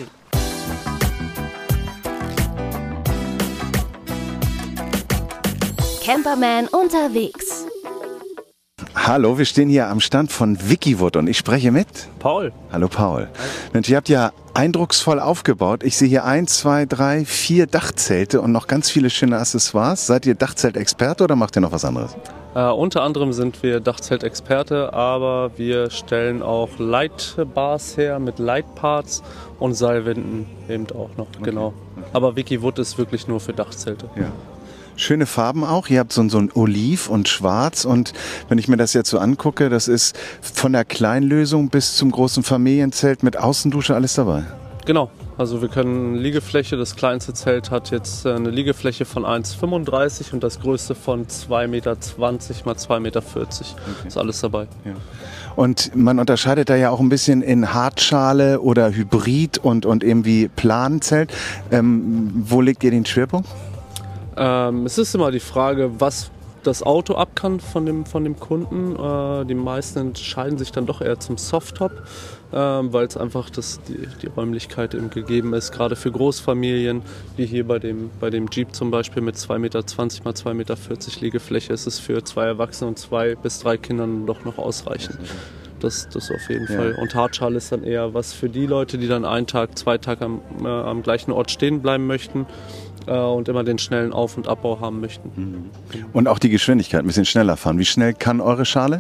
Camperman unterwegs. Hallo, wir stehen hier am Stand von Wikiwood und ich spreche mit Paul. Hallo Paul. Mensch, ihr habt ja eindrucksvoll aufgebaut. Ich sehe hier 1, 2, 3, 4 Dachzelte und noch ganz viele schöne Accessoires. Seid ihr Dachzeltexperte oder macht ihr noch was anderes? Unter anderem sind wir Dachzeltexperte, aber wir stellen auch Lightbars her mit Lightparts und Seilwänden eben auch noch. Okay. Genau. Aber Wikiwood ist wirklich nur für Dachzelte. Ja. Schöne Farben auch. Ihr habt so ein Oliv und Schwarz und wenn ich mir das jetzt so angucke, das ist von der Kleinlösung bis zum großen Familienzelt mit Außendusche alles dabei. Genau. Also wir können Liegefläche, das kleinste Zelt hat jetzt eine Liegefläche von 1,35 und das größte von 2,20 Meter mal 2,40 Meter. Okay. Ist alles dabei. Ja. Und man unterscheidet da ja auch ein bisschen in Hartschale oder Hybrid und irgendwie Planzelt. Wo legt ihr den Schwerpunkt? Es ist immer die Frage, was das Auto ab kann von dem Kunden. Die meisten entscheiden sich dann doch eher zum Softtop, weil es einfach die Räumlichkeit eben gegeben ist. Gerade für Großfamilien, wie hier bei dem Jeep zum Beispiel mit 2,20 Meter mal 2,40 Meter Liegefläche, ist es für 2 Erwachsene und 2 bis 3 Kindern doch noch ausreichend. Das auf jeden Fall. Und Hartschale ist dann eher was für die Leute, die dann 1 Tag, 2 Tage am gleichen Ort stehen bleiben möchten. Und immer den schnellen Auf- und Abbau haben möchten. Und auch die Geschwindigkeit, ein bisschen schneller fahren. Wie schnell kann eure Schale?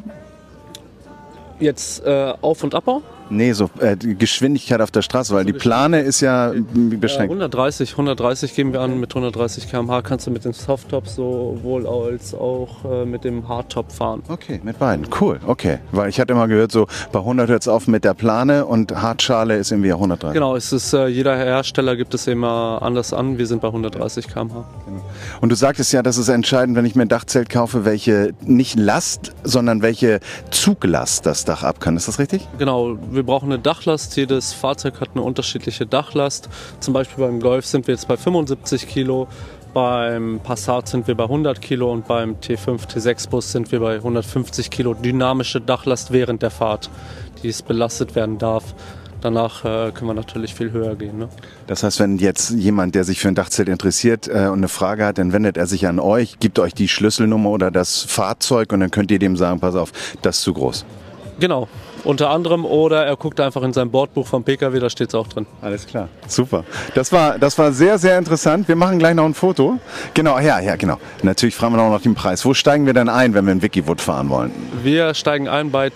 Jetzt Auf- und Abbau? Nee, so die Geschwindigkeit auf der Straße, weil die Plane ist ja beschränkt. 130 geben wir an. Mit 130 km/h kannst du mit dem Softtop sowohl als auch mit dem Hardtop fahren. Okay, mit beiden. Cool, okay. Weil ich hatte immer gehört, so bei 100 hört es auf mit der Plane und Hartschale ist irgendwie 130. Genau, es ist, jeder Hersteller gibt es immer anders an. Wir sind bei 130 km/h. Genau. Und du sagtest ja, das ist entscheidend, wenn ich mir ein Dachzelt kaufe, welche nicht Last, sondern welche Zuglast das Dach ab kann. Ist das richtig? Genau. Wir brauchen eine Dachlast. Jedes Fahrzeug hat eine unterschiedliche Dachlast. Zum Beispiel beim Golf sind wir jetzt bei 75 Kilo, beim Passat sind wir bei 100 Kilo und beim T5, T6 Bus sind wir bei 150 Kilo dynamische Dachlast während der Fahrt, die es belastet werden darf. Danach können wir natürlich viel höher gehen. Ne? Das heißt, wenn jetzt jemand, der sich für ein Dachzelt interessiert und eine Frage hat, dann wendet er sich an euch, gibt euch die Schlüsselnummer oder das Fahrzeug und dann könnt ihr dem sagen, pass auf, das ist zu groß. Genau, unter anderem, oder er guckt einfach in sein Bordbuch vom PKW, da steht es auch drin. Alles klar, super. Das war sehr, sehr interessant. Wir machen gleich noch ein Foto. Genau, ja, genau. Natürlich fragen wir noch nach dem Preis. Wo steigen wir denn ein, wenn wir in Wikiwood fahren wollen? Wir steigen ein bei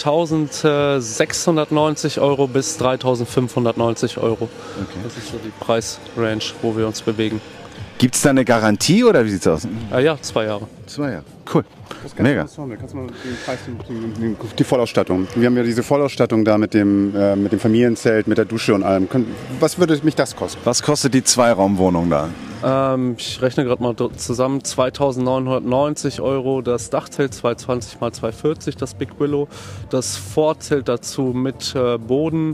1.690 Euro bis 3.590 Euro. Okay. Das ist so die Preisrange, wo wir uns bewegen. Gibt es da eine Garantie oder wie sieht es aus? Ja, 2 Jahre. 2 Jahre, cool. Mega. Kannst du mal den Preis, die Vollausstattung. Wir haben ja diese Vollausstattung da mit dem Familienzelt, mit der Dusche und allem. Was würde mich das kosten? Was kostet die Zweiraumwohnung da? Ich rechne gerade mal zusammen. 2.990 Euro das Dachzelt, 220 x 240 das Big Willow. Das Vorzelt dazu mit Boden.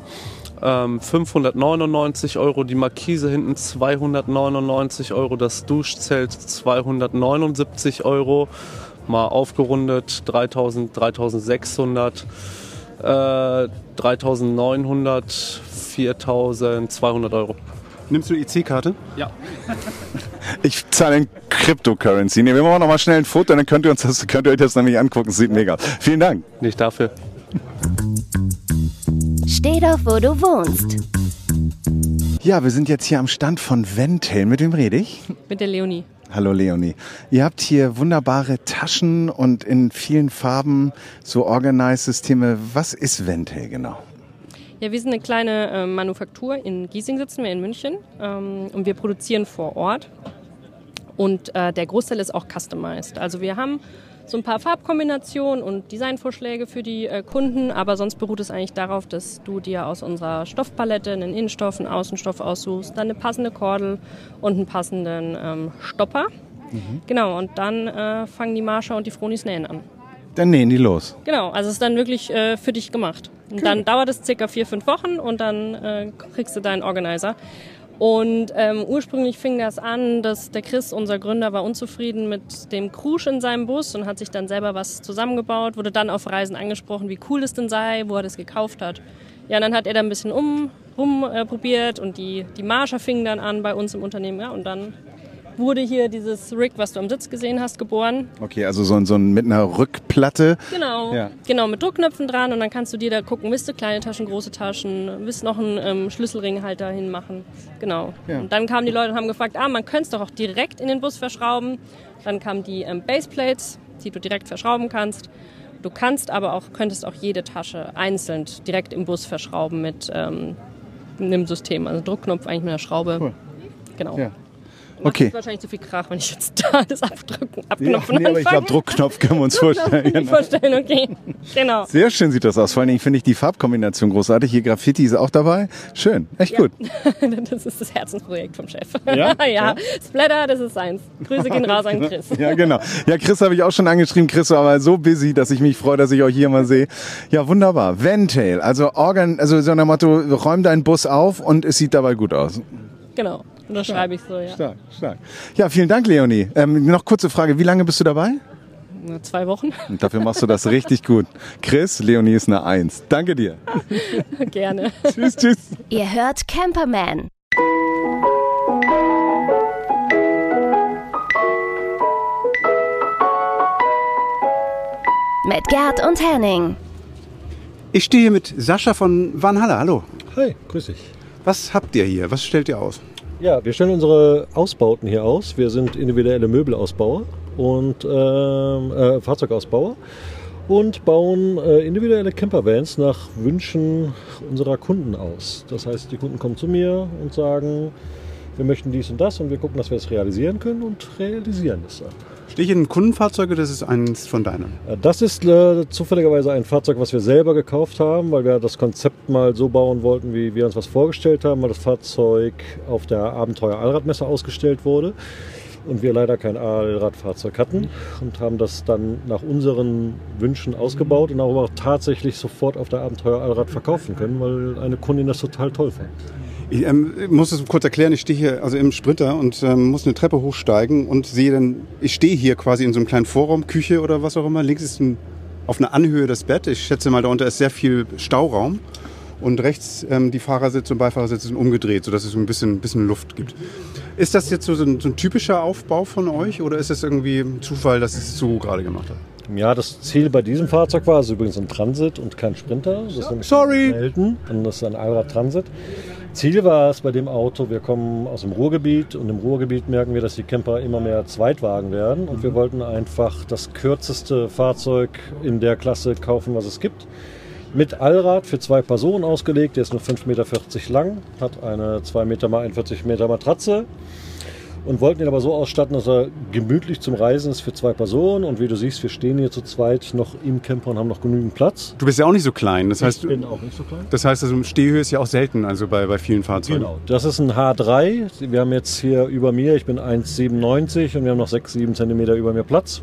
599 Euro, die Markise hinten 299 Euro, das Duschzelt 279 Euro, mal aufgerundet 3.600. 3.900, 4.200 Euro. Nimmst du eine EC-Karte? Ja. Ich zahle in Cryptocurrency. Ne, wir machen noch mal schnell ein Foto, dann könnt ihr euch das nämlich angucken. Sieht mega aus. Vielen Dank. Nicht dafür. Steh doch, wo du wohnst. Ja, wir sind jetzt hier am Stand von Ventail. Mit wem rede ich? Mit der Leonie. Hallo Leonie. Ihr habt hier wunderbare Taschen und in vielen Farben so Organize-Systeme. Was ist Ventail genau? Ja, wir sind eine kleine Manufaktur. In Giesing sitzen wir in München und wir produzieren vor Ort. Und der Großteil ist auch customized. Also wir haben so ein paar Farbkombinationen und Designvorschläge für die Kunden, aber sonst beruht es eigentlich darauf, dass du dir aus unserer Stoffpalette einen Innenstoff, einen Außenstoff aussuchst, dann eine passende Kordel und einen passenden Stopper. Genau, und dann fangen die Marsha und die Fronis nähen an. Dann nähen die los. Genau, also es ist dann wirklich für dich gemacht. Und dann dauert es circa 4-5 Wochen und dann kriegst du deinen Organizer. Und ursprünglich fing das an, dass der Chris, unser Gründer, war unzufrieden mit dem Krusch in seinem Bus und hat sich dann selber was zusammengebaut, wurde dann auf Reisen angesprochen, wie cool es denn sei, wo er das gekauft hat. Ja, und dann hat er da ein bisschen rumprobiert und die Marsha fing dann an bei uns im Unternehmen. Ja, und dann wurde hier dieses Rig, was du am Sitz gesehen hast, geboren. Okay, also so ein mit einer Rückplatte. Genau, ja. Genau, mit Druckknöpfen dran und dann kannst du dir da gucken, willst du kleine Taschen, große Taschen, willst noch einen Schlüsselringhalter hinmachen. Genau. Ja. Und dann kamen die Leute und haben gefragt, man könnte es doch auch direkt in den Bus verschrauben. Dann kamen die Baseplates, die du direkt verschrauben kannst. Du könntest auch jede Tasche einzeln direkt im Bus verschrauben mit einem System. Also Druckknopf eigentlich mit einer Schraube. Cool. Genau. Ja. Okay. Das ist wahrscheinlich zu viel Krach, wenn ich jetzt da das abknopfen ja, aber ich glaube, Druckknopf können wir uns vorstellen. Genau. Vorstellen, okay. Genau. Sehr schön sieht das aus. Vor allen Dingen finde ich die Farbkombination großartig. Hier Graffiti ist auch dabei. Schön, echt gut. Das ist das Herzensprojekt vom Chef. Ja? Ja. Splatter, das ist seins. Grüße gehen raus an Chris. Ja, genau. Ja, Chris habe ich auch schon angeschrieben. Chris war aber so busy, dass ich mich freue, dass ich euch hier mal sehe. Ja, wunderbar. Ventail, also so nach Motto, räum deinen Bus auf und es sieht dabei gut aus. Genau. Und das schreibe ich so, ja. Stark. Ja, vielen Dank, Leonie. Noch kurze Frage, wie lange bist du dabei? 2 Wochen. Und dafür machst du das richtig gut. Chris, Leonie ist eine 1. Danke dir. Gerne. Tschüss. Ihr hört Camperman. Mit Gerd und Henning. Ich stehe hier mit Sascha von Vanhalla. Hallo. Hi, grüß dich. Was habt ihr hier? Was stellt ihr aus? Ja, wir stellen unsere Ausbauten hier aus. Wir sind individuelle Möbelausbauer und Fahrzeugausbauer und bauen individuelle Campervans nach Wünschen unserer Kunden aus. Das heißt, die Kunden kommen zu mir und sagen, wir möchten dies und das und wir gucken, dass wir es realisieren können und realisieren es dann. Stehe ich in Kundenfahrzeuge, das ist eins von deinen? Das ist zufälligerweise ein Fahrzeug, was wir selber gekauft haben, weil wir das Konzept mal so bauen wollten, wie wir uns was vorgestellt haben, weil das Fahrzeug auf der Abenteuer Allradmesse ausgestellt wurde und wir leider kein Allradfahrzeug hatten und haben das dann nach unseren Wünschen ausgebaut und auch tatsächlich sofort auf der Abenteuer Allrad verkaufen können, weil eine Kundin das total toll fand. Ich muss es kurz erklären, ich stehe hier also im Sprinter und muss eine Treppe hochsteigen und sehe dann, ich stehe hier quasi in so einem kleinen Vorraum, Küche oder was auch immer. Links ist auf einer Anhöhe das Bett. Ich schätze mal, darunter ist sehr viel Stauraum. Und rechts die Fahrersitze und Beifahrersitze sind umgedreht, sodass es so ein bisschen Luft gibt. Ist das jetzt so ein typischer Aufbau von euch oder ist es irgendwie ein Zufall, dass es so gerade gemacht habt? Ja, das Ziel bei diesem Fahrzeug war, es ist übrigens ein Transit und kein Sprinter. Das ist selten und das ist ein Allrad-Transit. Ziel war es bei dem Auto, wir kommen aus dem Ruhrgebiet und im Ruhrgebiet merken wir, dass die Camper immer mehr Zweitwagen werden und wir wollten einfach das kürzeste Fahrzeug in der Klasse kaufen, was es gibt. Mit Allrad für 2 Personen ausgelegt, der ist nur 5,40 Meter lang, hat eine 2 Meter mal 41 Meter Matratze und wollten ihn aber so ausstatten, dass er gemütlich zum Reisen ist für 2 Personen und wie du siehst, wir stehen hier zu zweit noch im Camper und haben noch genügend Platz. Du bist ja auch nicht so klein, das heißt, ich bin auch nicht so klein. Das heißt, also Stehhöhe ist ja auch selten, also bei vielen Fahrzeugen. Genau, das ist ein H3, wir haben jetzt hier über mir, ich bin 1,97 und wir haben noch 6-7 Zentimeter über mir Platz.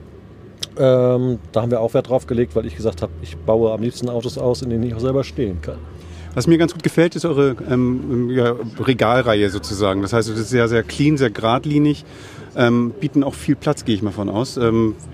Da haben wir auch Wert drauf gelegt, weil ich gesagt habe, ich baue am liebsten Autos aus, in denen ich auch selber stehen kann. Was mir ganz gut gefällt, ist eure Regalreihe sozusagen. Das heißt, es ist sehr, sehr clean, sehr geradlinig, bieten auch viel Platz, gehe ich mal von aus.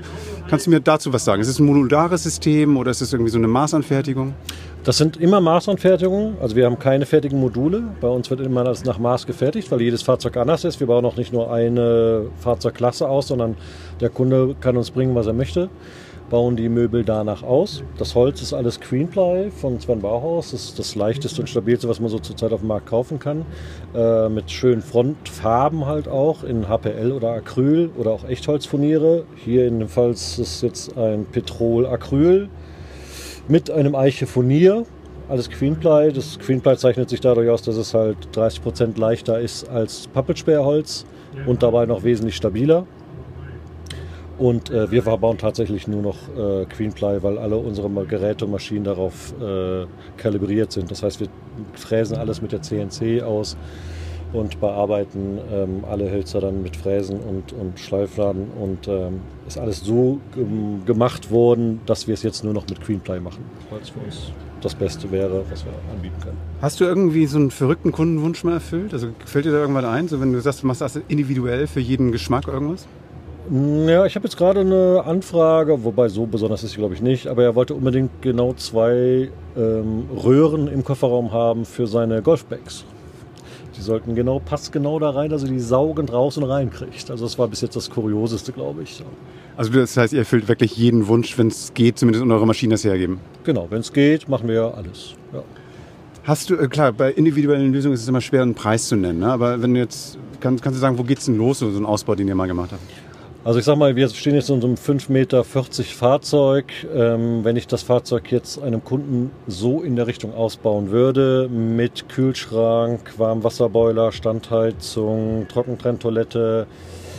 Kannst du mir dazu was sagen? Ist es ein modulares System oder ist es irgendwie so eine Maßanfertigung? Das sind immer Maßanfertigungen. Also wir haben keine fertigen Module. Bei uns wird immer alles nach Maß gefertigt, weil jedes Fahrzeug anders ist. Wir bauen auch nicht nur eine Fahrzeugklasse aus, sondern der Kunde kann uns bringen, was er möchte. Bauen die Möbel danach aus. Das Holz ist alles Greenply von Sven Bauhaus. Das ist das leichteste und stabilste, was man so zurzeit auf dem Markt kaufen kann. Mit schönen Frontfarben halt auch in HPL oder Acryl oder auch Echtholzfurniere. Hier in dem Fall ist es jetzt ein Petrol-Acryl mit einem Eiche-Furnier. Alles Greenply. Das Greenply zeichnet sich dadurch aus, dass es halt 30% leichter ist als Pappelsperrholz und dabei noch wesentlich stabiler. Und wir verbauen tatsächlich nur noch Greenply, weil alle unsere Geräte und Maschinen darauf kalibriert sind. Das heißt, wir fräsen alles mit der CNC aus und bearbeiten alle Hölzer dann mit Fräsen und Schleifladen. Und ist alles so gemacht worden, dass wir es jetzt nur noch mit Greenply machen, weil es für uns das Beste wäre, was wir anbieten können. Hast du irgendwie so einen verrückten Kundenwunsch mal erfüllt? Also fällt dir da irgendwann ein? So, wenn du sagst, du machst das individuell für jeden Geschmack irgendwas? Ja, ich habe jetzt gerade eine Anfrage, wobei so besonders ist sie, glaube ich, nicht, aber er wollte unbedingt genau 2 Röhren im Kofferraum haben für seine Golfbags. Die sollten passgenau da rein, dass er die saugend raus und rein kriegt. Also das war bis jetzt das Kurioseste, glaube ich. Also das heißt, ihr erfüllt wirklich jeden Wunsch, wenn es geht, zumindest in eurer Maschine das hergeben? Genau, wenn es geht, machen wir ja alles. Ja. Hast du, klar, bei individuellen Lösungen ist es immer schwer, einen Preis zu nennen, ne? Aber wenn du jetzt, kannst du sagen, wo geht's denn los, so ein Ausbau, den ihr mal gemacht habt? Also ich sag mal, wir stehen jetzt in so einem 5,40 Meter Fahrzeug. Wenn ich das Fahrzeug jetzt einem Kunden so in der Richtung ausbauen würde, mit Kühlschrank, Warmwasserboiler, Standheizung, Trockentrenntoilette,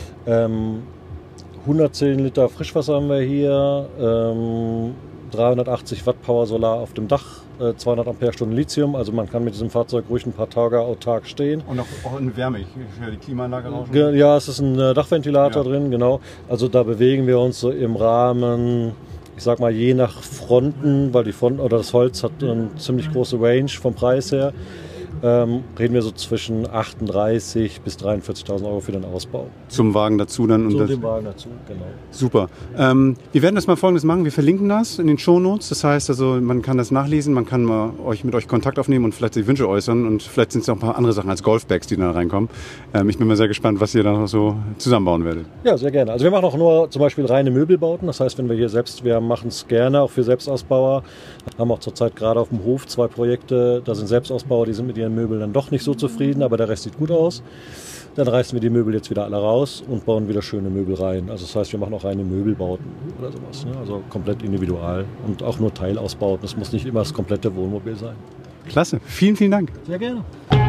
110 Liter Frischwasser haben wir hier, 380 Watt Power Solar auf dem Dach, 200 Ampere-Stunden Lithium. Also man kann mit diesem Fahrzeug ruhig ein paar Tage autark stehen. Und auch in Wärme, ich höre die Klimaanlage raus. Ja, es ist ein Dachventilator drin, genau. Also da bewegen wir uns so im Rahmen, ich sag mal je nach Fronten, weil die Front oder das Holz hat eine ziemlich große Range vom Preis her. Reden wir so zwischen 38.000 bis 43.000 Euro für den Ausbau. Zum Wagen dazu dann? Zu dem Wagen dazu, genau. Super. Wir werden das mal Folgendes machen. Wir verlinken das in den Shownotes. Das heißt, also man kann das nachlesen, man kann mal mit euch Kontakt aufnehmen und vielleicht die Wünsche äußern. Und vielleicht sind es auch ein paar andere Sachen als Golfbags, die da reinkommen. Ich bin mal sehr gespannt, was ihr da noch so zusammenbauen werdet. Ja, sehr gerne. Also wir machen auch nur zum Beispiel reine Möbelbauten. Das heißt, wenn wir hier wir machen es gerne, auch für Selbstausbauer. Haben auch zurzeit gerade auf dem Hof 2 Projekte. Da sind Selbstausbauer, die sind mit ihren Möbeln dann doch nicht so zufrieden, aber der Rest sieht gut aus. Dann reißen wir die Möbel jetzt wieder alle raus und bauen wieder schöne Möbel rein. Also das heißt, wir machen auch reine Möbelbauten oder sowas. Ne? Also komplett individual und auch nur Teilausbauten. Das muss nicht immer das komplette Wohnmobil sein. Klasse. Vielen, vielen Dank. Sehr gerne.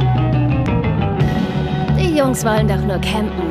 Die Jungs wollen doch nur campen.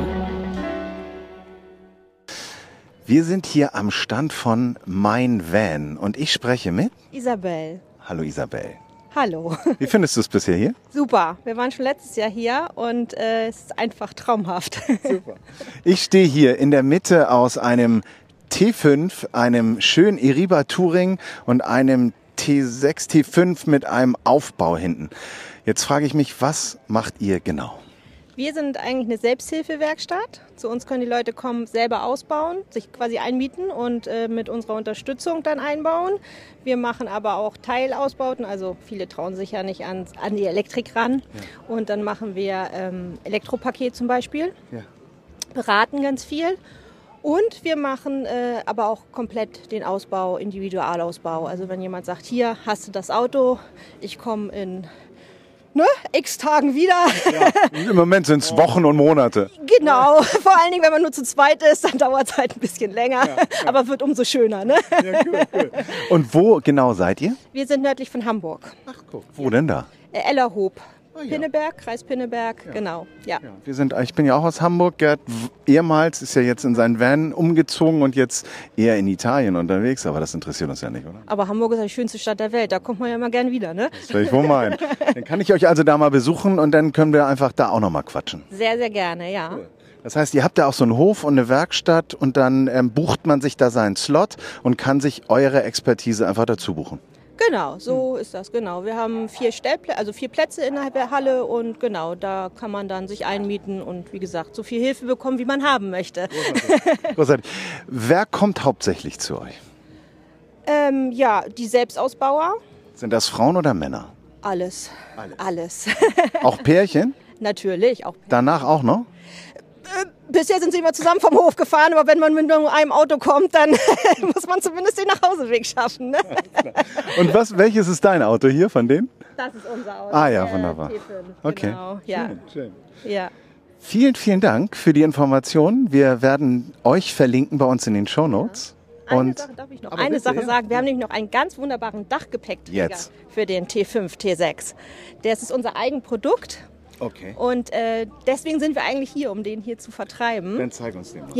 Wir sind hier am Stand von Mein Van und ich spreche mit Isabel. Hallo Isabel. Hallo. Wie findest du es bisher hier? Super. Wir waren schon letztes Jahr hier und es ist einfach traumhaft. Super. Ich stehe hier in der Mitte aus einem T5, einem schönen Iriba Touring und einem T6, T5 mit einem Aufbau hinten. Jetzt frage ich mich, was macht ihr genau? Wir sind eigentlich eine Selbsthilfewerkstatt. Zu uns können die Leute kommen, selber ausbauen, sich quasi einmieten und mit unserer Unterstützung dann einbauen. Wir machen aber auch Teilausbauten, also viele trauen sich ja nicht an die Elektrik ran. Ja. Und dann machen wir Elektropaket zum Beispiel, beraten ganz viel. Und wir machen aber auch komplett den Ausbau, Individualausbau. Also wenn jemand sagt, hier hast du das Auto, ich komme in x Tagen wieder. Ja. Im Moment sind es Wochen und Monate. Genau, vor allen Dingen, wenn man nur zu zweit ist, dann dauert es halt ein bisschen länger, aber wird umso schöner. Ne? Ja, cool. Und wo genau seid ihr? Wir sind nördlich von Hamburg. Ach, guck. Wo denn da? Ellerhoop. Pinneberg, Kreis Pinneberg, genau. Ja. Ich bin ja auch aus Hamburg. Gerd ehemals ist ja jetzt in seinen Van umgezogen und jetzt eher in Italien unterwegs. Aber das interessiert uns ja nicht, oder? Aber Hamburg ist ja die schönste Stadt der Welt. Da kommt man ja immer gern wieder, ne? Das will ich wohl meinen. Dann kann ich euch also da mal besuchen und dann können wir einfach da auch noch mal quatschen. Sehr, sehr gerne, ja. Cool. Das heißt, ihr habt da auch so einen Hof und eine Werkstatt und dann bucht man sich da seinen Slot und kann sich eure Expertise einfach dazu buchen. Genau, so ist das, genau. Wir haben 4 Plätze innerhalb der Halle und genau, da kann man dann sich einmieten und wie gesagt, so viel Hilfe bekommen, wie man haben möchte. Großartig. Wer kommt hauptsächlich zu euch? Ja, die Selbstausbauer. Sind das Frauen oder Männer? Alles. Auch Pärchen? Natürlich, auch Pärchen. Danach auch noch? Bisher sind sie immer zusammen vom Hof gefahren, aber wenn man mit nur einem Auto kommt, dann muss man zumindest den Nachhauseweg schaffen. Ne? Und welches ist dein Auto hier von denen? Das ist unser Auto. Ah ja, wunderbar. T5, okay. Genau. Ja. Schön. Ja. Vielen, vielen Dank für die Informationen. Wir werden euch verlinken bei uns in den Shownotes. Eine Sache darf ich noch sagen. Wir haben nämlich noch einen ganz wunderbaren Dachgepäckträger für den T5, T6. Das ist unser Eigenprodukt. Okay. Und deswegen sind wir eigentlich hier, um den hier zu vertreiben. Dann zeig uns den mal. Ja.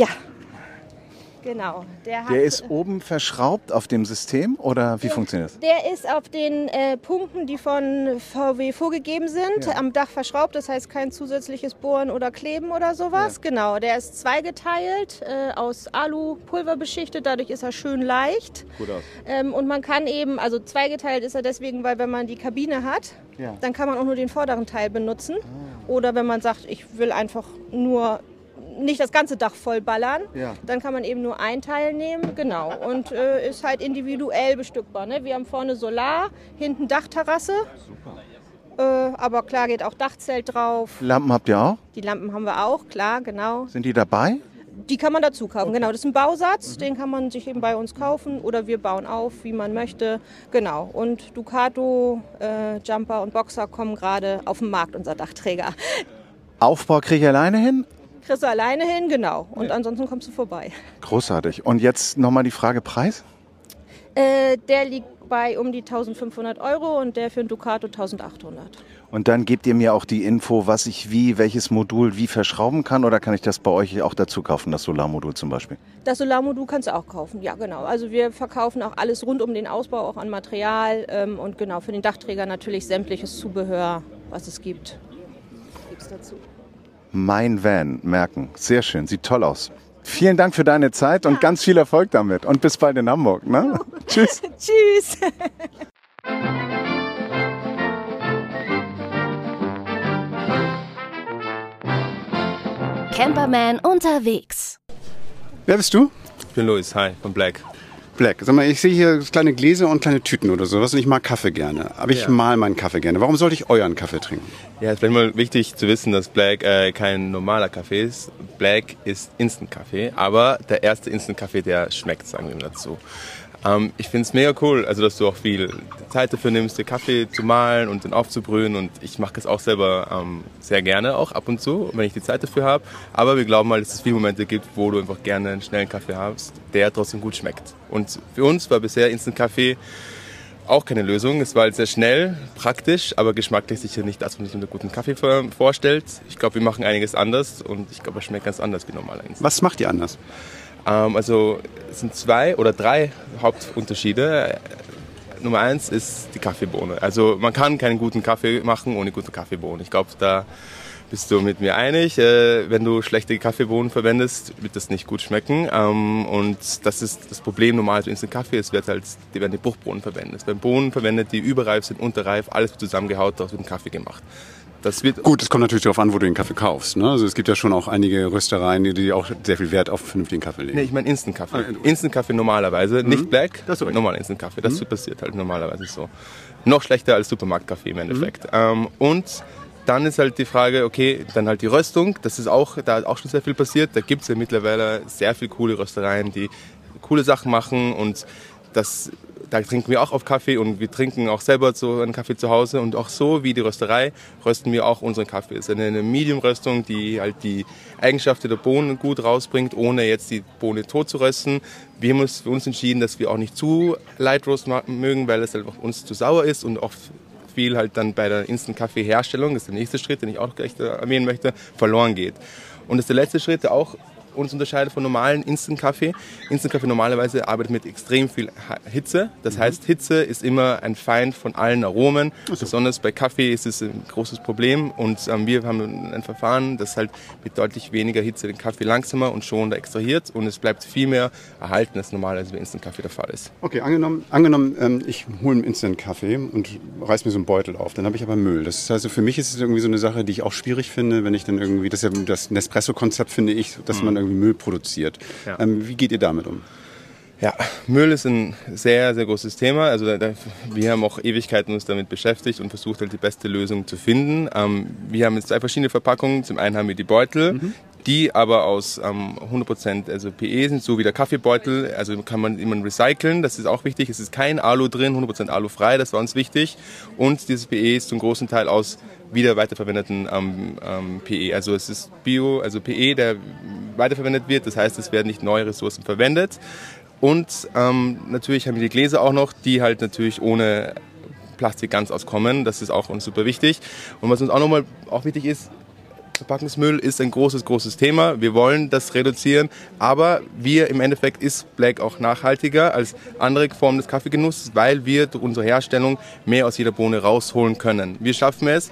Genau. Der ist oben verschraubt auf dem System oder wie funktioniert das? Der ist auf den Punkten, die von VW vorgegeben sind, am Dach verschraubt. Das heißt kein zusätzliches Bohren oder Kleben oder sowas. Ja. Genau. Der ist zweigeteilt, aus Alupulver beschichtet. Dadurch ist er schön leicht. Gut aus. Und man kann eben, also zweigeteilt ist er deswegen, weil wenn man die Kabine hat, dann kann man auch nur den vorderen Teil benutzen. Oder wenn man sagt, ich will einfach nur nicht das ganze Dach voll ballern, dann kann man eben nur ein Teil nehmen, genau. Und ist halt individuell bestückbar. Ne? Wir haben vorne Solar, hinten Dachterrasse. Super. Aber klar geht auch Dachzelt drauf. Lampen habt ihr auch? Die Lampen haben wir auch, klar, genau. Sind die dabei? Die kann man dazu kaufen, genau. Das ist ein Bausatz, den kann man sich eben bei uns kaufen oder wir bauen auf, wie man möchte. Genau. Und Ducato, Jumper und Boxer kommen gerade auf den Markt, unser Dachträger. Aufbau kriege ich alleine hin? Kriegst du alleine hin, genau. Und ansonsten kommst du vorbei. Großartig. Und jetzt nochmal die Frage Preis? Der liegt bei um die 1.500 € und der für einen Ducato 1.800. Und dann gebt ihr mir auch die Info, was ich welches Modul wie verschrauben kann, oder kann ich das bei euch auch dazu kaufen, das Solarmodul zum Beispiel? Das Solarmodul kannst du auch kaufen, ja genau. Also wir verkaufen auch alles rund um den Ausbau, auch an Material und genau für den Dachträger natürlich sämtliches Zubehör, was es gibt. Gibt's dazu. Mein Van, merken. Sehr schön, sieht toll aus. Vielen Dank für deine Zeit und ganz viel Erfolg damit. Und bis bald in Hamburg. Ne? Tschüss. Tschüss. Camperman unterwegs. Wer bist du? Ich bin Luis, hi, von Black. Black. Sag mal, ich sehe hier kleine Gläser und kleine Tüten oder sowas und ich mag Kaffee gerne. Aber ich mal meinen Kaffee gerne. Warum sollte ich euren Kaffee trinken? Ja, es ist vielleicht mal wichtig zu wissen, dass Black kein normaler Kaffee ist. Black ist Instant-Kaffee, aber der erste Instant-Kaffee, der schmeckt, sagen wir dazu. Ich finde es mega cool, also dass du auch viel Zeit dafür nimmst, dir Kaffee zu mahlen und den aufzubrühen, und ich mache das auch selber sehr gerne, auch ab und zu, wenn ich die Zeit dafür habe. Aber wir glauben mal, dass es viele Momente gibt, wo du einfach gerne einen schnellen Kaffee hast, der trotzdem gut schmeckt. Und für uns war bisher Instant-Kaffee auch keine Lösung. Es war halt sehr schnell, praktisch, aber geschmacklich sicher nicht das, was man sich unter guten Kaffee vorstellt. Ich glaube, wir machen einiges anders und ich glaube, es schmeckt ganz anders wie normaler Instant. Was macht ihr anders? Also es sind 2 oder 3 Hauptunterschiede. Nummer 1 ist die Kaffeebohne. Also man kann keinen guten Kaffee machen ohne gute Kaffeebohnen. Ich glaube, da bist du mit mir einig. Wenn du schlechte Kaffeebohnen verwendest, wird das nicht gut schmecken. Und das ist das Problem normal für Instant Kaffee. Es werden die Bruchbohnen verwendet. Es werden Bohnen verwendet, die überreif sind, unterreif, alles wird zusammengehaut, daraus wird ein Kaffee gemacht. Gut, es kommt natürlich darauf an, wo du den Kaffee kaufst. Ne? Also es gibt ja schon auch einige Röstereien, die auch sehr viel Wert auf vernünftigen Kaffee legen. Nee, ich meine Instant-Kaffee. Instant-Kaffee normalerweise, nicht Black, normaler Instant-Kaffee. Das passiert halt normalerweise so. Noch schlechter als Supermarktkaffee im Endeffekt. Und dann ist halt die Frage, okay, dann halt die Röstung. Da hat auch schon sehr viel passiert. Da gibt es ja mittlerweile sehr viele coole Röstereien, die coole Sachen machen, und da trinken wir auch auf Kaffee und wir trinken auch selber so einen Kaffee zu Hause, und auch so wie die Rösterei rösten wir auch unseren Kaffee. Es ist eine Medium-Röstung, die halt die Eigenschaften der Bohnen gut rausbringt, ohne jetzt die Bohne tot zu rösten. Wir haben uns für uns entschieden, dass wir auch nicht zu Light Roast mögen, weil es einfach uns zu sauer ist und oft viel halt dann bei der Instant-Kaffee-Herstellung, das ist der nächste Schritt, den ich auch gleich erwähnen möchte, verloren geht. Und das ist der letzte Schritt, der auch uns unterscheidet von normalen Instant-Kaffee. Instant-Kaffee normalerweise arbeitet mit extrem viel Hitze. Das heißt, Hitze ist immer ein Feind von allen Aromen. Besonders bei Kaffee ist es ein großes Problem. Und wir haben ein Verfahren, das halt mit deutlich weniger Hitze den Kaffee langsamer und schonender extrahiert. Und es bleibt viel mehr erhalten, als normalerweise bei Instant-Kaffee der Fall ist. Okay, angenommen, ich hole einen Instant-Kaffee und reiß mir so einen Beutel auf. Dann habe ich aber Müll. Das heißt, für mich ist es irgendwie so eine Sache, die ich auch schwierig finde, wenn ich dann irgendwie, das ist ja das Nespresso-Konzept, finde ich, dass man irgendwie Müll produziert. Ja. Wie geht ihr damit um? Ja, Müll ist ein sehr, sehr großes Thema. Also wir haben auch Ewigkeiten uns damit beschäftigt und versucht halt die beste Lösung zu finden. Wir haben jetzt 2 verschiedene Verpackungen. Zum einen haben wir die Beutel, die aber aus 100% also PE sind, so wie der Kaffeebeutel. Also kann man immer recyceln, das ist auch wichtig. Es ist kein Alu drin, 100% alufrei, das war uns wichtig. Und dieses PE ist zum großen Teil aus wieder weiterverwendeten PE. Also es ist Bio, also PE, der weiterverwendet wird. Das heißt, es werden nicht neue Ressourcen verwendet. Und natürlich haben wir die Gläser auch noch, die halt natürlich ohne Plastik ganz auskommen. Das ist auch uns super wichtig. Und was uns auch nochmal wichtig ist, Verpackungsmüll ist ein großes, großes Thema. Wir wollen das reduzieren, aber im Endeffekt ist Black auch nachhaltiger als andere Formen des Kaffeegenusses, weil wir durch unsere Herstellung mehr aus jeder Bohne rausholen können. Wir schaffen es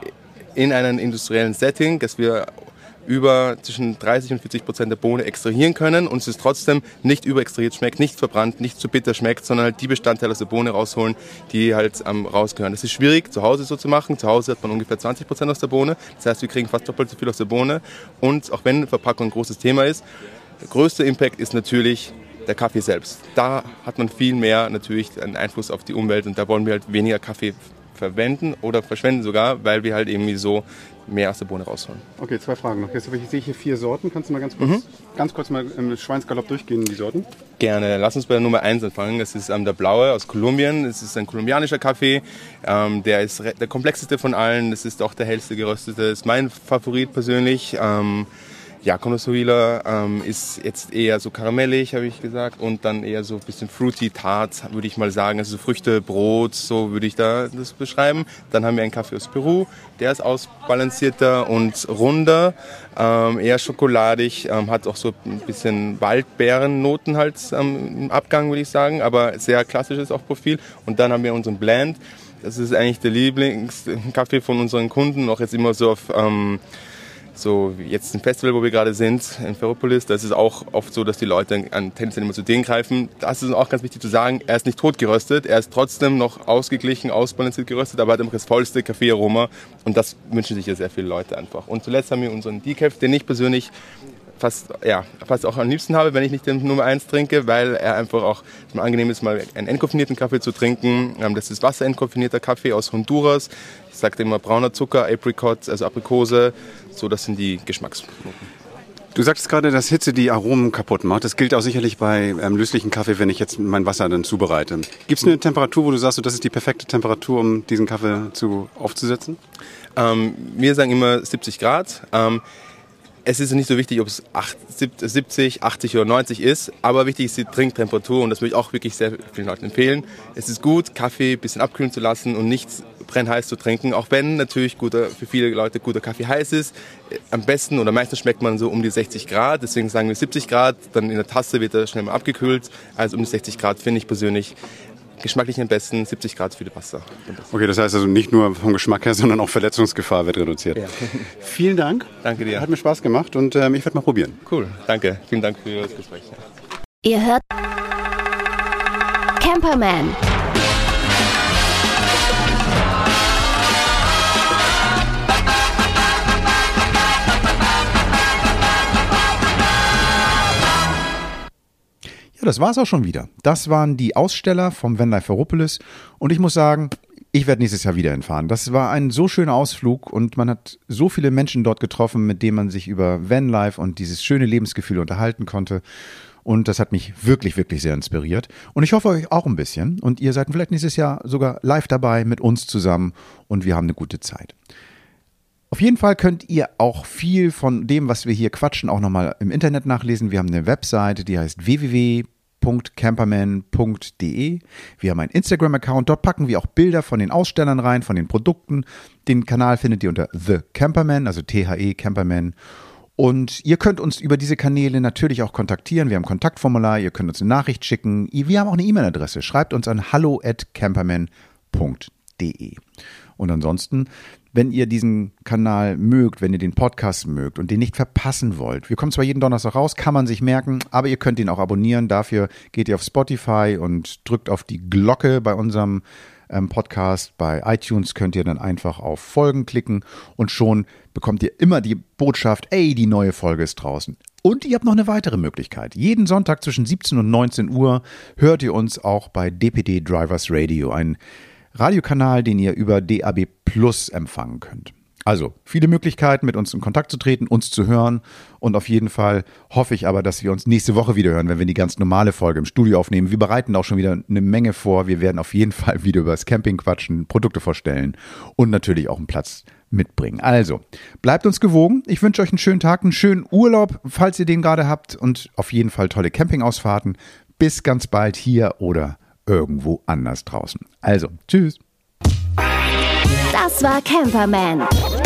in einem industriellen Setting, dass wir über zwischen 30 und 40% der Bohne extrahieren können und es ist trotzdem nicht überextrahiert schmeckt, nicht verbrannt, nicht zu bitter schmeckt, sondern halt die Bestandteile aus der Bohne rausholen, die halt rausgehören. Das ist schwierig, zu Hause so zu machen. Zu Hause hat man ungefähr 20% aus der Bohne. Das heißt, wir kriegen fast doppelt so viel aus der Bohne. Und auch wenn Verpackung ein großes Thema ist, der größte Impact ist natürlich der Kaffee selbst. Da hat man viel mehr natürlich einen Einfluss auf die Umwelt und da wollen wir halt weniger Kaffee verwenden oder verschwenden sogar, weil wir halt irgendwie so mehr aus der Bohne rausholen. Okay, 2 Fragen noch. Jetzt sehe ich hier 4 Sorten. Kannst du mal ganz kurz mal im Schweinsgalopp durchgehen, die Sorten? Gerne. Lass uns bei der Nummer 1 anfangen. Das ist der blaue aus Kolumbien. Das ist ein kolumbianischer Kaffee. Der ist der komplexeste von allen. Das ist auch der hellste geröstete. Das ist mein Favorit persönlich. Ja, Connoisseur ist jetzt eher so karamellig, habe ich gesagt, und dann eher so ein bisschen fruity, tart, würde ich mal sagen. Also Früchte, Brot, so würde ich das beschreiben. Dann haben wir einen Kaffee aus Peru, der ist ausbalancierter und runder, eher schokoladig, hat auch so ein bisschen Waldbeerennoten halt im Abgang, würde ich sagen, aber sehr klassisches auch Profil. Und dann haben wir unseren Blend. Das ist eigentlich der Lieblingskaffee von unseren Kunden, auch jetzt immer so auf so jetzt ein Festival, wo wir gerade sind, in Ferropolis, das ist auch oft so, dass die Leute tendenziell immer zu denen greifen. Das ist auch ganz wichtig zu sagen, er ist nicht tot geröstet, er ist trotzdem noch ausgeglichen, ausbalanciert geröstet, aber hat einfach das vollste Kaffeearoma und das wünschen sich ja sehr viele Leute einfach. Und zuletzt haben wir unseren Decaf, den ich persönlich fast auch am liebsten habe, wenn ich nicht den Nummer 1 trinke, weil er einfach auch angenehm ist, mal einen entkoffinierten Kaffee zu trinken. Das ist wasserentkoffeinierter Kaffee aus Honduras. Ich sagte immer brauner Zucker, Apricot, also Aprikose. So, das sind die Geschmacksnoten. Du sagtest gerade, dass Hitze die Aromen kaputt macht. Das gilt auch sicherlich bei löslichen Kaffee, wenn ich jetzt mein Wasser dann zubereite. Gibt es eine Temperatur, wo du sagst, das ist die perfekte Temperatur, um diesen Kaffee aufzusetzen? Wir sagen immer 70 Grad. Es ist nicht so wichtig, ob es 70, 80 oder 90 ist, aber wichtig ist die Trinktemperatur und das würde ich auch wirklich sehr vielen Leuten empfehlen. Es ist gut, Kaffee ein bisschen abkühlen zu lassen und nicht brennheiß zu trinken, auch wenn natürlich für viele Leute guter Kaffee heiß ist. Am besten oder meistens schmeckt man so um die 60 Grad, deswegen sagen wir 70 Grad, dann in der Tasse wird er schnell mal abgekühlt. Also um die 60 Grad finde ich persönlich geschmacklich am besten, 70 Grad für das Wasser. Okay, das heißt also nicht nur vom Geschmack her, sondern auch Verletzungsgefahr wird reduziert. Ja. Vielen Dank. Danke dir. Hat mir Spaß gemacht und ich werde mal probieren. Cool, danke. Vielen Dank für das Gespräch. Ihr hört Camperman. Ja, das war's auch schon wieder. Das waren die Aussteller vom Vanlife Ferropolis und ich muss sagen, ich werde nächstes Jahr wieder hinfahren. Das war ein so schöner Ausflug und man hat so viele Menschen dort getroffen, mit denen man sich über Vanlife und dieses schöne Lebensgefühl unterhalten konnte. Und das hat mich wirklich, wirklich sehr inspiriert. Und ich hoffe euch auch ein bisschen. Und ihr seid vielleicht nächstes Jahr sogar live dabei mit uns zusammen und wir haben eine gute Zeit. Auf jeden Fall könnt ihr auch viel von dem, was wir hier quatschen, auch nochmal im Internet nachlesen. Wir haben eine Webseite, die heißt www.camperman.de. Wir haben einen Instagram-Account, dort packen wir auch Bilder von den Ausstellern rein, von den Produkten. Den Kanal findet ihr unter The Camperman, also THE Camperman. Und ihr könnt uns über diese Kanäle natürlich auch kontaktieren. Wir haben ein Kontaktformular, ihr könnt uns eine Nachricht schicken. Wir haben auch eine E-Mail-Adresse. Schreibt uns an hallo@camperman.de. Und ansonsten, wenn ihr diesen Kanal mögt, wenn ihr den Podcast mögt und den nicht verpassen wollt, wir kommen zwar jeden Donnerstag raus, kann man sich merken, aber ihr könnt ihn auch abonnieren. Dafür geht ihr auf Spotify und drückt auf die Glocke bei unserem Podcast. Bei iTunes könnt ihr dann einfach auf Folgen klicken und schon bekommt ihr immer die Botschaft, ey, die neue Folge ist draußen. Und ihr habt noch eine weitere Möglichkeit. Jeden Sonntag zwischen 17 und 19 Uhr hört ihr uns auch bei DPD Drivers Radio, ein Radiokanal, den ihr über DAB Plus empfangen könnt. Also viele Möglichkeiten, mit uns in Kontakt zu treten, uns zu hören, und auf jeden Fall hoffe ich aber, dass wir uns nächste Woche wieder hören, wenn wir die ganz normale Folge im Studio aufnehmen. Wir bereiten auch schon wieder eine Menge vor. Wir werden auf jeden Fall wieder über das Camping quatschen, Produkte vorstellen und natürlich auch einen Platz mitbringen. Also, bleibt uns gewogen. Ich wünsche euch einen schönen Tag, einen schönen Urlaub, falls ihr den gerade habt, und auf jeden Fall tolle Campingausfahrten. Bis ganz bald hier oder irgendwo anders draußen. Also, tschüss. Das war Camperman.